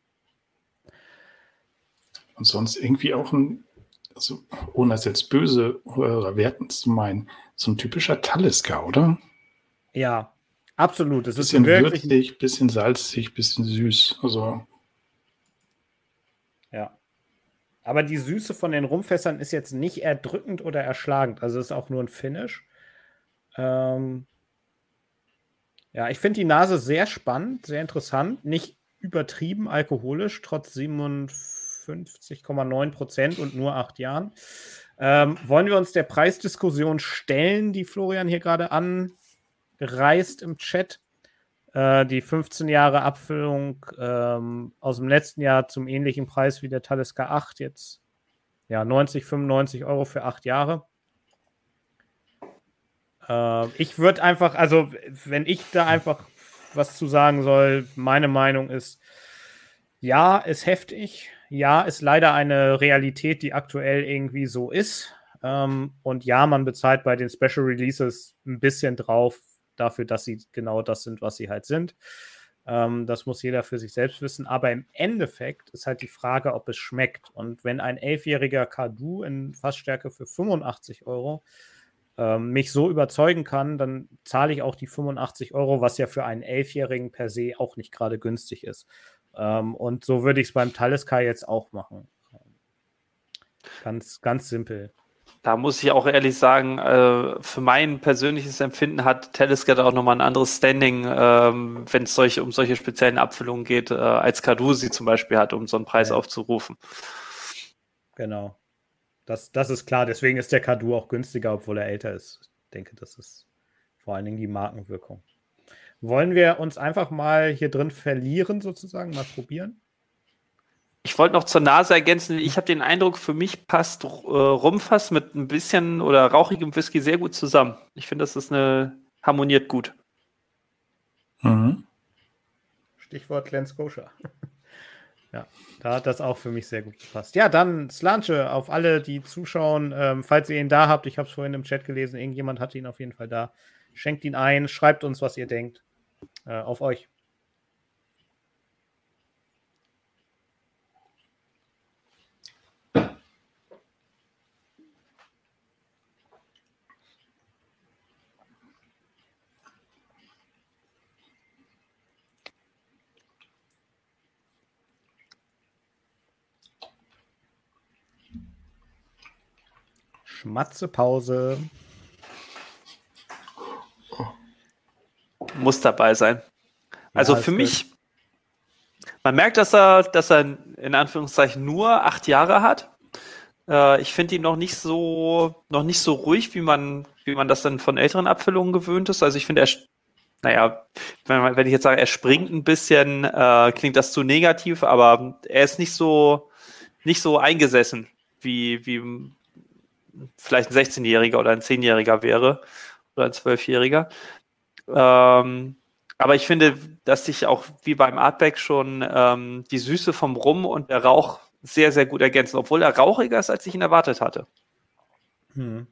Und sonst irgendwie auch ein, also ohne das jetzt böse oder wertend zu meinen, so ein typischer Talisker, oder? Ja, absolut. Es ist Bisschen wirklich. würzig, bisschen salzig, bisschen süß. Also Ja. Aber die Süße von den Rumfässern ist jetzt nicht erdrückend oder erschlagend. Also es ist auch nur ein Finish. Ähm, ja, ich finde die Nase sehr spannend, sehr interessant. Nicht übertrieben alkoholisch, trotz siebenundfünfzig Komma neun Prozent und nur acht Jahren. Ähm, wollen wir uns der Preisdiskussion stellen, die Florian hier gerade anreißt im Chat? Äh, die fünfzehn Jahre Abfüllung ähm, aus dem letzten Jahr zum ähnlichen Preis wie der Talisker acht jetzt. Ja, neunzig, fünfundneunzig Euro für acht Jahre. Äh, ich würde einfach, also wenn ich da einfach was zu sagen soll, meine Meinung ist, ja, ist heftig. Ja, ist leider eine Realität, die aktuell irgendwie so ist. Ähm, und ja, man bezahlt bei den Special Releases ein bisschen drauf dafür, dass sie genau das sind, was sie halt sind. Ähm, das muss jeder für sich selbst wissen. Aber im Endeffekt ist halt die Frage, ob es schmeckt. Und wenn ein elfjähriger Kadu in Fassstärke für fünfundachtzig Euro ähm, mich so überzeugen kann, dann zahle ich auch die fünfundachtzig Euro, was ja für einen Elfjährigen per se auch nicht gerade günstig ist. Ähm, und so würde ich es beim Talisker jetzt auch machen. Ganz, ganz simpel. Da muss ich auch ehrlich sagen, äh, für mein persönliches Empfinden hat Talisker da auch nochmal ein anderes Standing, ähm, wenn es solch, um solche speziellen Abfüllungen geht, äh, als Kadu sie zum Beispiel hat, um so einen Preis Ja. aufzurufen. Genau. Das, das ist klar. Deswegen ist der Kadu auch günstiger, obwohl er älter ist. Ich denke, das ist vor allen Dingen die Markenwirkung. Wollen wir uns einfach mal hier drin verlieren, sozusagen, mal probieren? Ich wollte noch zur Nase ergänzen, ich habe den Eindruck, für mich passt äh, Rumfass mit ein bisschen oder rauchigem Whisky sehr gut zusammen. Ich finde, das ist eine, harmoniert gut. Mhm. Stichwort Glen Scotia. Ja, da hat das auch für mich sehr gut gepasst. Ja, dann Slanche auf alle, die zuschauen. Ähm, falls ihr ihn da habt, ich habe es vorhin im Chat gelesen, irgendjemand hat ihn auf jeden Fall da. Schenkt ihn ein, schreibt uns, was ihr denkt. Äh, auf euch. Schmatzepause. Muss dabei sein. Also Ja, für es mich, man merkt, dass er, dass er in Anführungszeichen nur acht Jahre hat. Äh, ich finde ihn noch nicht so, noch nicht so ruhig, wie man, wie man das dann von älteren Abfüllungen gewöhnt ist. Also ich finde, er, naja, wenn, man- wenn ich jetzt sage, er springt ein bisschen, äh, klingt das zu negativ, aber er ist nicht so, nicht so eingesessen, wie, wie vielleicht ein sechzehnjähriger oder ein zehnjähriger wäre oder ein zwölfjähriger. Ähm, aber ich finde, dass sich auch wie beim Artback schon ähm, die Süße vom Rum und der Rauch sehr, sehr gut ergänzen, obwohl er rauchiger ist, als ich ihn erwartet hatte. Hm.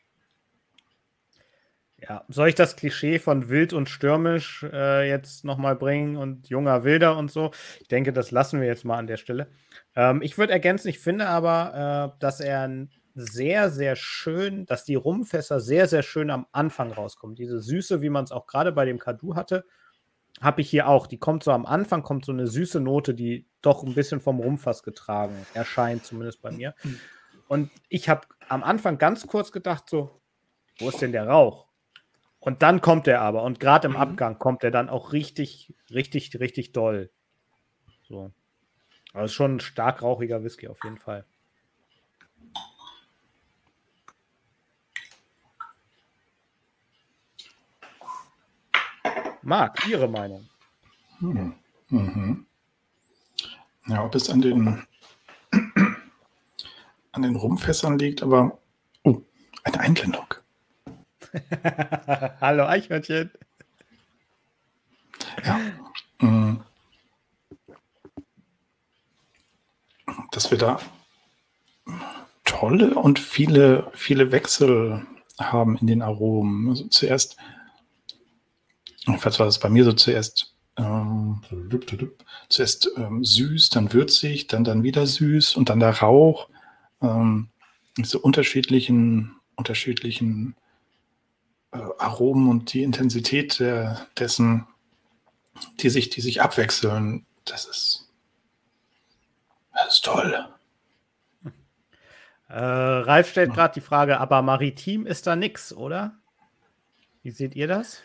Ja, soll ich das Klischee von wild und stürmisch äh, jetzt nochmal bringen und junger Wilder und so? Ich denke, das lassen wir jetzt mal an der Stelle. Ähm, ich würde ergänzen, ich finde aber, äh, dass er ein sehr, sehr schön, dass die Rumfässer sehr, sehr schön am Anfang rauskommen. Diese Süße, wie man es auch gerade bei dem Kadu hatte, habe ich hier auch. Die kommt so am Anfang, kommt so eine süße Note, die doch ein bisschen vom Rumfass getragen erscheint, zumindest bei mir. Und ich habe am Anfang ganz kurz gedacht so, wo ist denn der Rauch? Und dann kommt er aber. Und gerade im Mhm. Abgang kommt er dann auch richtig, richtig, richtig doll. So. Aber es ist schon ein stark rauchiger Whisky auf jeden Fall. Marc, Ihre Meinung? Mhm. Mhm. Ja, ob es an den, an den Rumfässern liegt, aber oh, eine Einblendung. Hallo Eichhörnchen. Ja. mm, Dass wir da tolle und viele, viele Wechsel haben in den Aromen. Also zuerst, jedenfalls war das bei mir so zuerst, ähm, zuerst ähm, süß, dann würzig, dann, dann wieder süß und dann der Rauch. Ähm, diese unterschiedlichen, unterschiedlichen äh, Aromen und die Intensität der, dessen, die sich, die sich abwechseln, das ist, das ist toll. Äh, Ralf stellt gerade die Frage, aber maritim ist da nix, oder? Wie seht ihr das?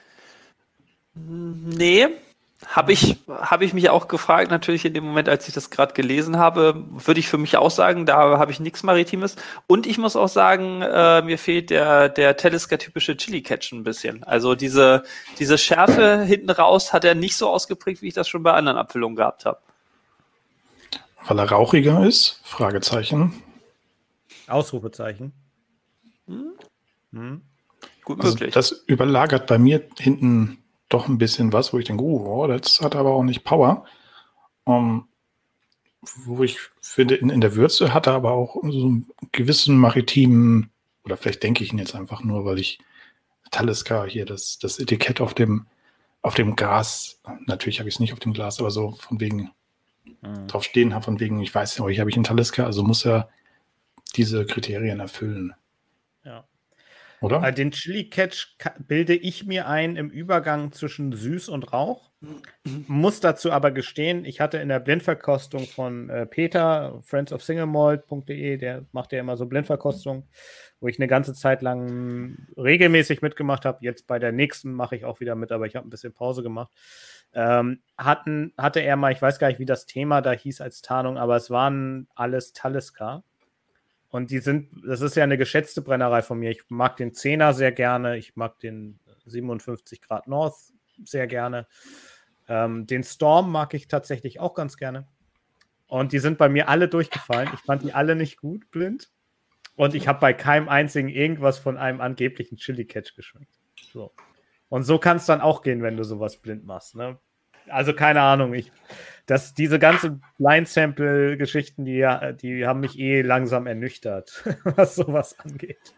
Nee, habe ich, hab ich mich auch gefragt, natürlich in dem Moment, als ich das gerade gelesen habe, würde ich für mich auch sagen, da habe ich nichts Maritimes. Und ich muss auch sagen, äh, mir fehlt der, der Talisker-typische Chili-Catch ein bisschen. Also diese, diese Schärfe hinten raus hat er nicht so ausgeprägt, wie ich das schon bei anderen Abfüllungen gehabt habe. Weil er rauchiger ist? Fragezeichen. Ausrufezeichen. Hm? Hm. Gut Also möglich. das überlagert bei mir hinten doch ein bisschen was, wo ich denke, oh, das hat aber auch nicht Power. Um, wo ich finde, in, in der Würze hat er aber auch so einen gewissen maritimen, oder vielleicht denke ich ihn jetzt einfach nur, weil ich Talisker hier, das, das Etikett auf dem, auf dem Gras, natürlich habe ich es nicht auf dem Glas, aber so von wegen Mhm. drauf stehen habe, von wegen, ich weiß ja, hier habe ich einen Talisker, also muss er diese Kriterien erfüllen. Ja. Oder? Äh, Den Chili Catch ka- bilde ich mir ein im Übergang zwischen süß und Rauch. Muss dazu aber gestehen, ich hatte in der Blindverkostung von äh, Peter, friends of single malt punkt de, der macht ja immer so Blindverkostungen, wo ich eine ganze Zeit lang regelmäßig mitgemacht habe. Jetzt bei der nächsten mache ich auch wieder mit, aber ich habe ein bisschen Pause gemacht. Ähm, hatten, hatte er mal, ich weiß gar nicht, wie das Thema da hieß als Tarnung, aber es waren alles Talisker. Und die sind, das ist ja eine geschätzte Brennerei von mir. Ich mag den Zehner sehr gerne, ich mag den siebenundfünfzig Grad North sehr gerne. Ähm, den Storm mag ich tatsächlich auch ganz gerne. Und die sind bei mir alle durchgefallen. Ich fand die alle nicht gut, blind. Und ich habe bei keinem einzigen irgendwas von einem angeblichen Chili Catch geschmeckt. So. Und so kann es dann auch gehen, wenn du sowas blind machst. Ne? Also keine Ahnung. Ich, das, diese ganzen Blind-Sample-Geschichten, die, die haben mich eh langsam ernüchtert, was sowas angeht.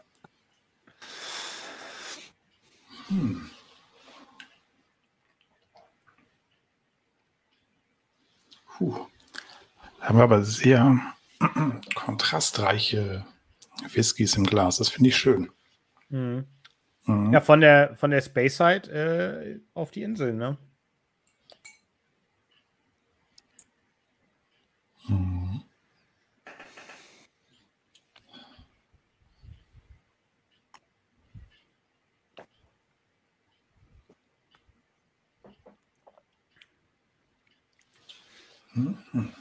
Hm. Puh. Haben wir aber sehr kontrastreiche Whiskys im Glas. Das finde ich schön. Mhm. Mhm. Ja, von der, von der Space Side äh, auf die Insel, ne? Mhm. Mhm.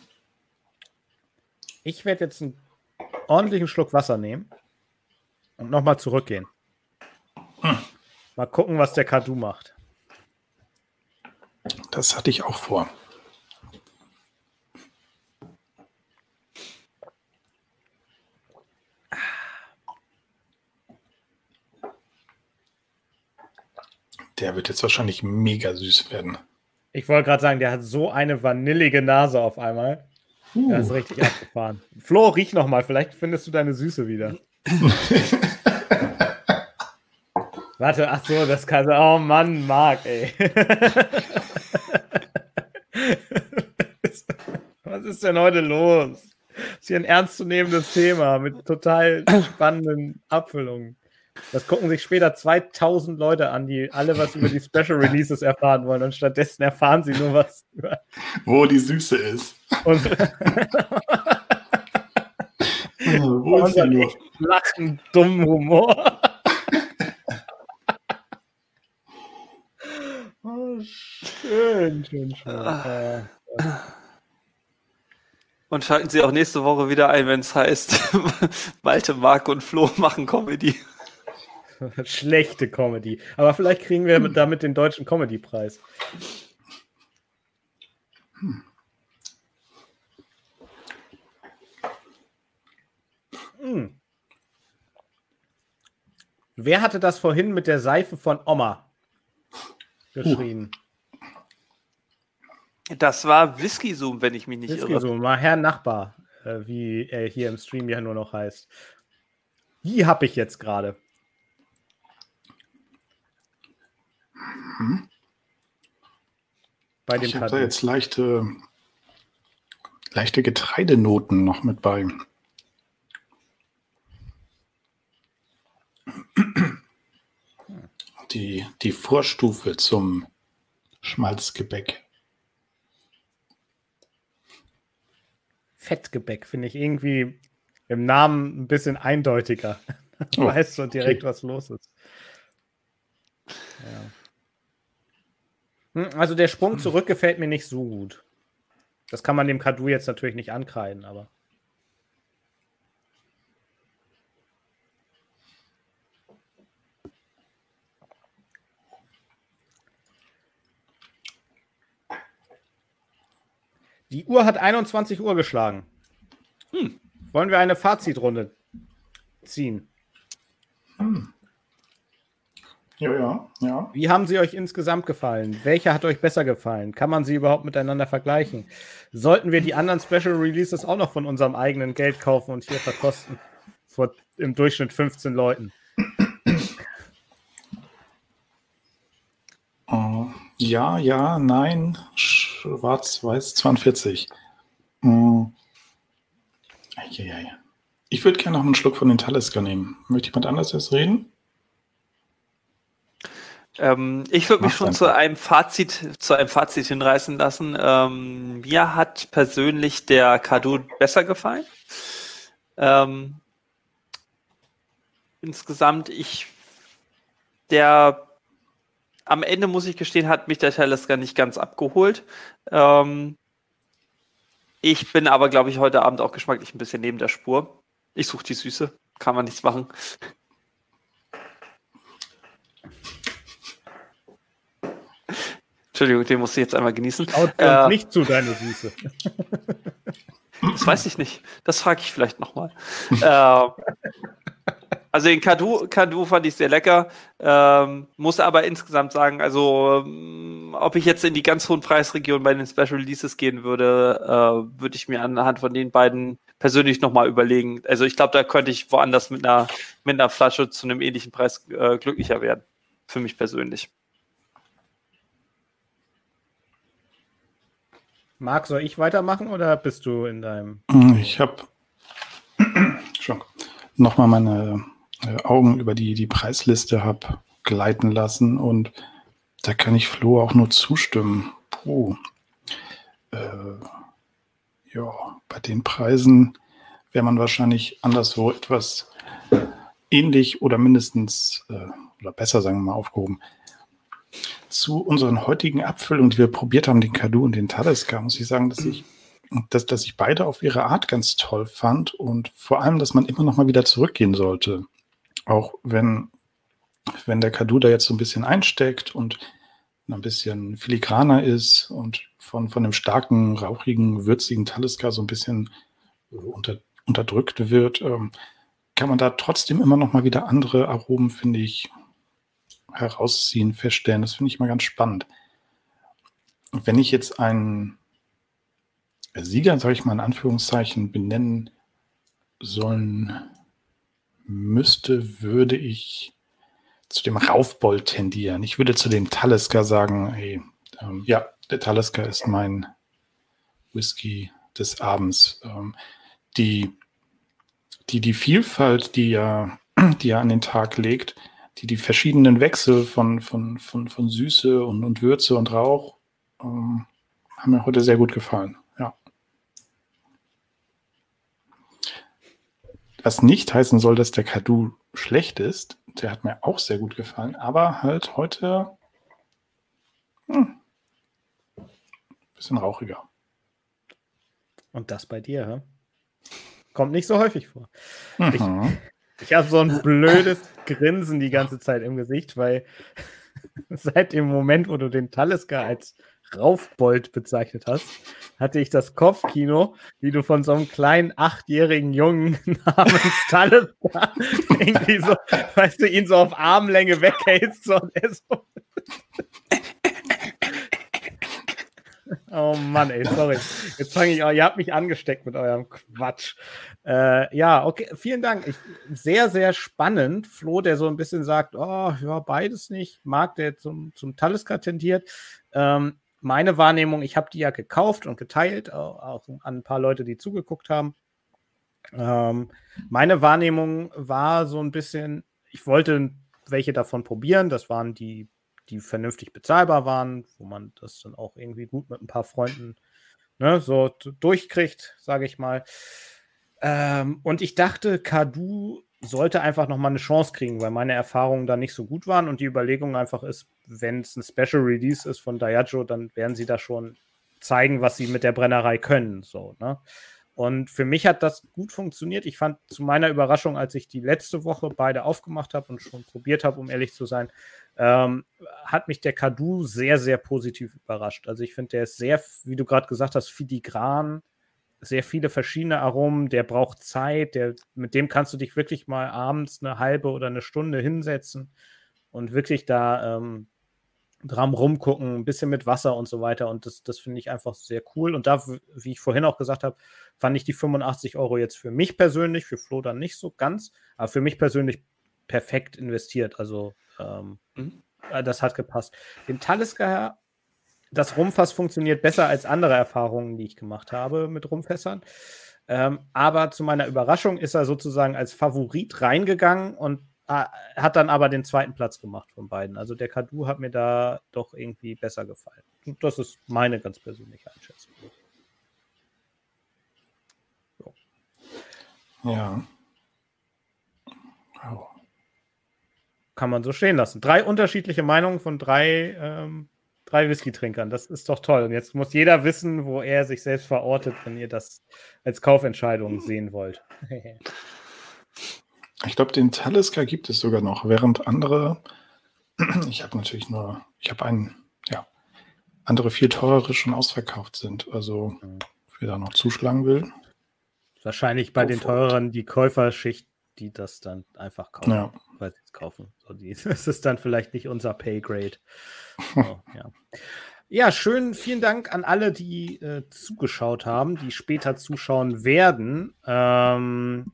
Ich werde jetzt einen ordentlichen Schluck Wasser nehmen und nochmal zurückgehen. Hm. Mal gucken, was der Kadu macht. Das hatte ich auch vor. Der wird jetzt wahrscheinlich mega süß werden. Ich wollte gerade sagen, der hat so eine vanillige Nase auf einmal. Uh. Das ist richtig abgefahren. Flo, riech noch mal. Vielleicht findest du deine Süße wieder. Warte, ach so, das kann... Oh Mann, Marc, ey. Was ist denn heute los? Das ist hier ein ernstzunehmendes Thema mit total spannenden Abfüllungen. Das gucken sich später zweitausend Leute an, die alle was über die Special Releases erfahren wollen und stattdessen erfahren sie nur was über... Wo die Süße ist. Und Wo ist sie nur? Lachen, dummen Humor. Oh, schön, schön, schön. Äh, Und schalten Sie auch nächste Woche wieder ein, wenn es heißt, Malte, Marc und Flo machen Comedy. schlechte Comedy. Aber vielleicht kriegen wir damit den deutschen Comedy-Preis. Hm. Hm. Wer hatte das vorhin mit der Seife von Oma geschrieben? Das war Whisky Zoom, wenn ich mich nicht Whisky irre. so, mal Herr Nachbar, äh, wie er hier im Stream ja nur noch heißt. Die habe ich jetzt gerade. Hm. Bei dem Ich habe da Kadu. jetzt leichte, leichte Getreidenoten noch mit bei. Die, die Vorstufe zum Schmalzgebäck. Fettgebäck finde ich irgendwie im Namen ein bisschen eindeutiger. Oh, Weißt du direkt, okay. was los ist. Ja. Also der Sprung zurück gefällt mir nicht so gut. Das kann man dem Kadu jetzt natürlich nicht ankreiden, aber. Die Uhr hat einundzwanzig Uhr geschlagen. Hm. Wollen wir eine Fazitrunde ziehen? Hm. Ja, ja, ja. Wie haben sie euch insgesamt gefallen? Welcher hat euch besser gefallen? Kann man sie überhaupt miteinander vergleichen? Sollten wir die anderen Special Releases auch noch von unserem eigenen Geld kaufen und hier verkosten? Vor im Durchschnitt fünfzehn Leuten. Uh, ja, ja, nein. Schwarz-Weiß zweiundvierzig. Uh. Ich würde gerne noch einen Schluck von den Talisker nehmen. Möchte jemand anders jetzt reden? Ähm, ich würde mich Mach schon einfach. zu einem Fazit, zu einem Fazit hinreißen lassen. Ähm, mir hat persönlich der Kadu besser gefallen. Ähm, insgesamt, ich, der, am Ende muss ich gestehen, hat mich der Talisker nicht ganz abgeholt. Ähm, ich bin aber, glaube ich, heute Abend auch geschmacklich ein bisschen neben der Spur. Ich suche die Süße, kann man nichts machen. Entschuldigung, den musste ich jetzt einmal genießen. Schaut Äh, nicht zu, deine Süße. Das weiß ich nicht. Das frage ich vielleicht nochmal. äh, also den Kadu, Kadu fand ich sehr lecker. Ähm, muss aber insgesamt sagen, also ähm, ob ich jetzt in die ganz hohen Preisregionen bei den Special Releases gehen würde, äh, würde ich mir anhand von den beiden persönlich nochmal überlegen. Also ich glaube, da könnte ich woanders mit einer, mit einer Flasche zu einem ähnlichen Preis äh, glücklicher werden. Für mich persönlich. Marc, soll ich weitermachen oder bist du in deinem... Ich habe nochmal meine äh, Augen über die, die Preisliste hab gleiten lassen und da kann ich Flo auch nur zustimmen. Puh. Äh, ja, bei den Preisen wäre man wahrscheinlich anderswo etwas ähnlich oder mindestens, äh, oder besser sagen wir mal, aufgehoben. Zu unseren heutigen Abfüllungen, die wir probiert haben, den Kadu und den Talisker, muss ich sagen, dass ich, dass, dass ich beide auf ihre Art ganz toll fand und vor allem, dass man immer noch mal wieder zurückgehen sollte. Auch wenn, wenn der Kadu da jetzt so ein bisschen einsteckt und ein bisschen filigraner ist und von, von dem starken, rauchigen, würzigen Talisker so ein bisschen unter, unterdrückt wird, ähm, kann man da trotzdem immer noch mal wieder andere Aromen, finde ich, herausziehen, feststellen. Das finde ich mal ganz spannend. Und wenn ich jetzt einen Sieger, sage ich mal in Anführungszeichen, benennen sollen müsste, würde ich zu dem Raufbold tendieren. Ich würde zu dem Talisker sagen, hey, ähm, ja, der Talisker ist mein Whisky des Abends. Ähm, die, die, die Vielfalt, die er, die er an den Tag legt, die, die verschiedenen Wechsel von, von, von, von Süße und, und Würze und Rauch ähm, haben mir heute sehr gut gefallen. Ja. Was nicht heißen soll, dass der Kadu schlecht ist. Der hat mir auch sehr gut gefallen, aber halt heute ein hm, bisschen rauchiger. Und das bei dir, hä? Kommt nicht so häufig vor. Mhm. Ich, ich habe so ein blödes Grinsen die ganze Zeit im Gesicht, weil seit dem Moment, wo du den Talisker als Raufbold bezeichnet hast, hatte ich das Kopfkino, wie du von so einem kleinen achtjährigen Jungen namens Talisker irgendwie so, weißt du, ihn so auf Armlänge weghältst so, und er so oh Mann, ey, sorry. Jetzt fange ich an. Ihr habt mich angesteckt mit eurem Quatsch. Äh, ja, okay, vielen Dank. Ich, sehr, sehr spannend. Flo, der so ein bisschen sagt, oh, ja, beides nicht. Marc, der zum, zum Talisker tendiert. Ähm, meine Wahrnehmung, ich habe die ja gekauft und geteilt, auch, auch an ein paar Leute, die zugeguckt haben. Ähm, meine Wahrnehmung war so ein bisschen, ich wollte welche davon probieren. Das waren die die vernünftig bezahlbar waren, wo man das dann auch irgendwie gut mit ein paar Freunden ne, so t- durchkriegt, sage ich mal. Ähm, und ich dachte, Kadu sollte einfach nochmal eine Chance kriegen, weil meine Erfahrungen da nicht so gut waren und die Überlegung einfach ist, wenn es ein Special Release ist von Diageo, dann werden sie da schon zeigen, was sie mit der Brennerei können. So, ne? Und für mich hat das gut funktioniert. Ich fand zu meiner Überraschung, als ich die letzte Woche beide aufgemacht habe und schon probiert habe, um ehrlich zu sein, ähm, hat mich der Kadu sehr, sehr positiv überrascht. Also ich finde, der ist sehr, wie du gerade gesagt hast, filigran, sehr viele verschiedene Aromen, der braucht Zeit, der, mit dem kannst du dich wirklich mal abends eine halbe oder eine Stunde hinsetzen und wirklich da ähm, dran rumgucken, ein bisschen mit Wasser und so weiter. Und das, das finde ich einfach sehr cool. Und da, wie ich vorhin auch gesagt habe, fand ich die fünfundachtzig Euro jetzt für mich persönlich, für Flo dann nicht so ganz, aber für mich persönlich perfekt investiert. Also ähm, mhm. das hat gepasst. Den Talisker, das Rumfass funktioniert besser als andere Erfahrungen, die ich gemacht habe mit Rumfässern. Ähm, aber zu meiner Überraschung ist er sozusagen als Favorit reingegangen und äh, hat dann aber den zweiten Platz gemacht von beiden. Also der Kadu hat mir da doch irgendwie besser gefallen. Und das ist meine ganz persönliche Einschätzung. So. Ja. Wow. Kann man so stehen lassen. Drei unterschiedliche Meinungen von drei, ähm, drei Whisky-Trinkern. Das ist doch toll. Und jetzt muss jeder wissen, wo er sich selbst verortet, wenn ihr das als Kaufentscheidung sehen wollt. Ich glaube, den Talisker gibt es sogar noch, während andere, ich habe natürlich nur, ich habe einen, ja, andere viel teurere schon ausverkauft sind. Also, wer da noch zuschlagen will. Wahrscheinlich bei den teureren die Käuferschicht, die das dann einfach kaufen, ja. weil sie es kaufen. So, die, das ist dann vielleicht nicht unser Paygrade. So, ja. Ja, schön. Vielen Dank an alle, die äh, zugeschaut haben, die später zuschauen werden. Ähm,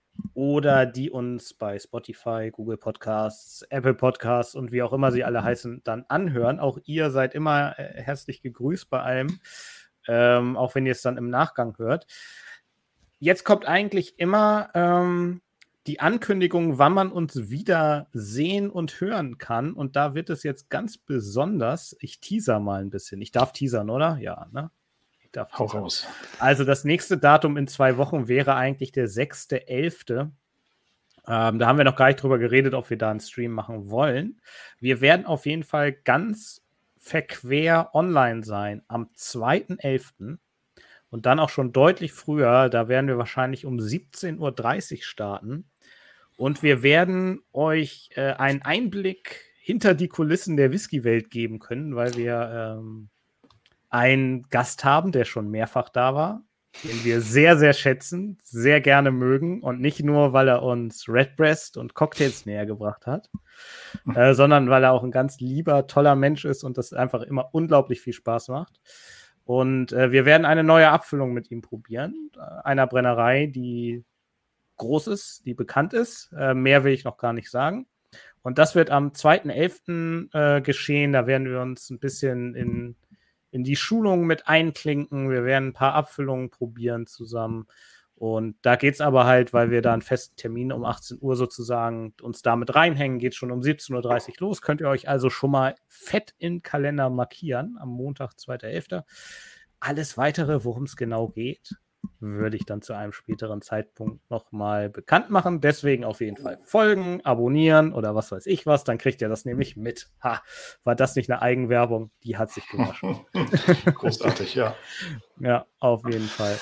oder die uns bei Spotify, Google Podcasts, Apple Podcasts und wie auch immer sie alle heißen, dann anhören. Auch ihr seid immer äh, herzlich gegrüßt bei allem, ähm, auch wenn ihr es dann im Nachgang hört. Jetzt kommt eigentlich immer ähm, die Ankündigung, wann man uns wieder sehen und hören kann. Und da wird es jetzt ganz besonders, ich teaser mal ein bisschen. Ich darf teasern, oder? Ja, ne? Hau raus. Also das nächste Datum in zwei Wochen wäre eigentlich der sechster elfter Ähm, da haben wir noch gar nicht drüber geredet, ob wir da einen Stream machen wollen. Wir werden auf jeden Fall ganz verquer online sein am zweiter elfter und dann auch schon deutlich früher. Da werden wir wahrscheinlich um siebzehn Uhr dreißig starten. Und wir werden euch äh, einen Einblick hinter die Kulissen der Whisky-Welt geben können, weil wir ähm, einen Gast haben, der schon mehrfach da war, den wir sehr, sehr schätzen, sehr gerne mögen und nicht nur, weil er uns Redbreast und Cocktails näher gebracht hat, äh, sondern weil er auch ein ganz lieber, toller Mensch ist und das einfach immer unglaublich viel Spaß macht. Und äh, wir werden eine neue Abfüllung mit ihm probieren, äh, einer Brennerei, die groß ist, die bekannt ist. Äh, mehr will ich noch gar nicht sagen. Und das wird am zweiter elfter Äh, geschehen. Da werden wir uns ein bisschen in in die Schulung mit einklinken. Wir werden ein paar Abfüllungen probieren zusammen. Und da geht es aber halt, weil wir da einen festen Termin um achtzehn Uhr sozusagen uns damit reinhängen, geht schon um siebzehn Uhr dreißig los. Könnt ihr euch also schon mal fett im Kalender markieren am Montag, zweiter elfter Alles Weitere, worum es genau geht, würde ich dann zu einem späteren Zeitpunkt nochmal bekannt machen. Deswegen auf jeden Fall folgen, abonnieren oder was weiß ich was, dann kriegt ihr das nämlich mit. Ha, war das nicht eine Eigenwerbung? Die hat sich gewaschen. Großartig, ja. Ja, auf jeden Fall.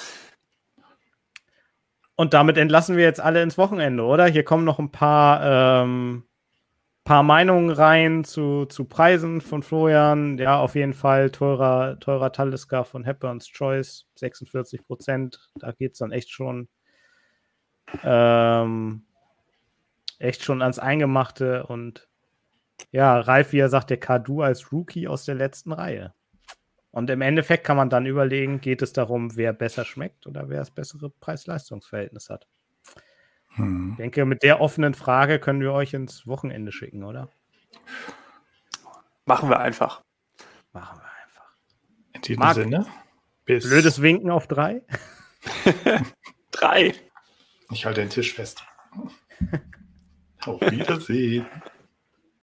Und damit entlassen wir jetzt alle ins Wochenende, oder? Hier kommen noch ein paar, ähm, paar Meinungen rein zu, zu Preisen von Florian. Ja, auf jeden Fall teurer, teurer Talisker von Hepburn's Choice, sechsundvierzig Prozent. Da geht es dann echt schon ähm, echt schon ans Eingemachte. Und ja, Ralf, wie er sagt, der Kadu als Rookie aus der letzten Reihe. Und im Endeffekt kann man dann überlegen, geht es darum, wer besser schmeckt oder wer das bessere Preis-Leistungs-Verhältnis hat. Hm. Ich denke, mit der offenen Frage können wir euch ins Wochenende schicken, oder? Machen wir einfach. Machen wir einfach. In diesem Marc, Sinne. Bis blödes Winken auf drei. Drei. Ich halte den Tisch fest. Auf Wiedersehen.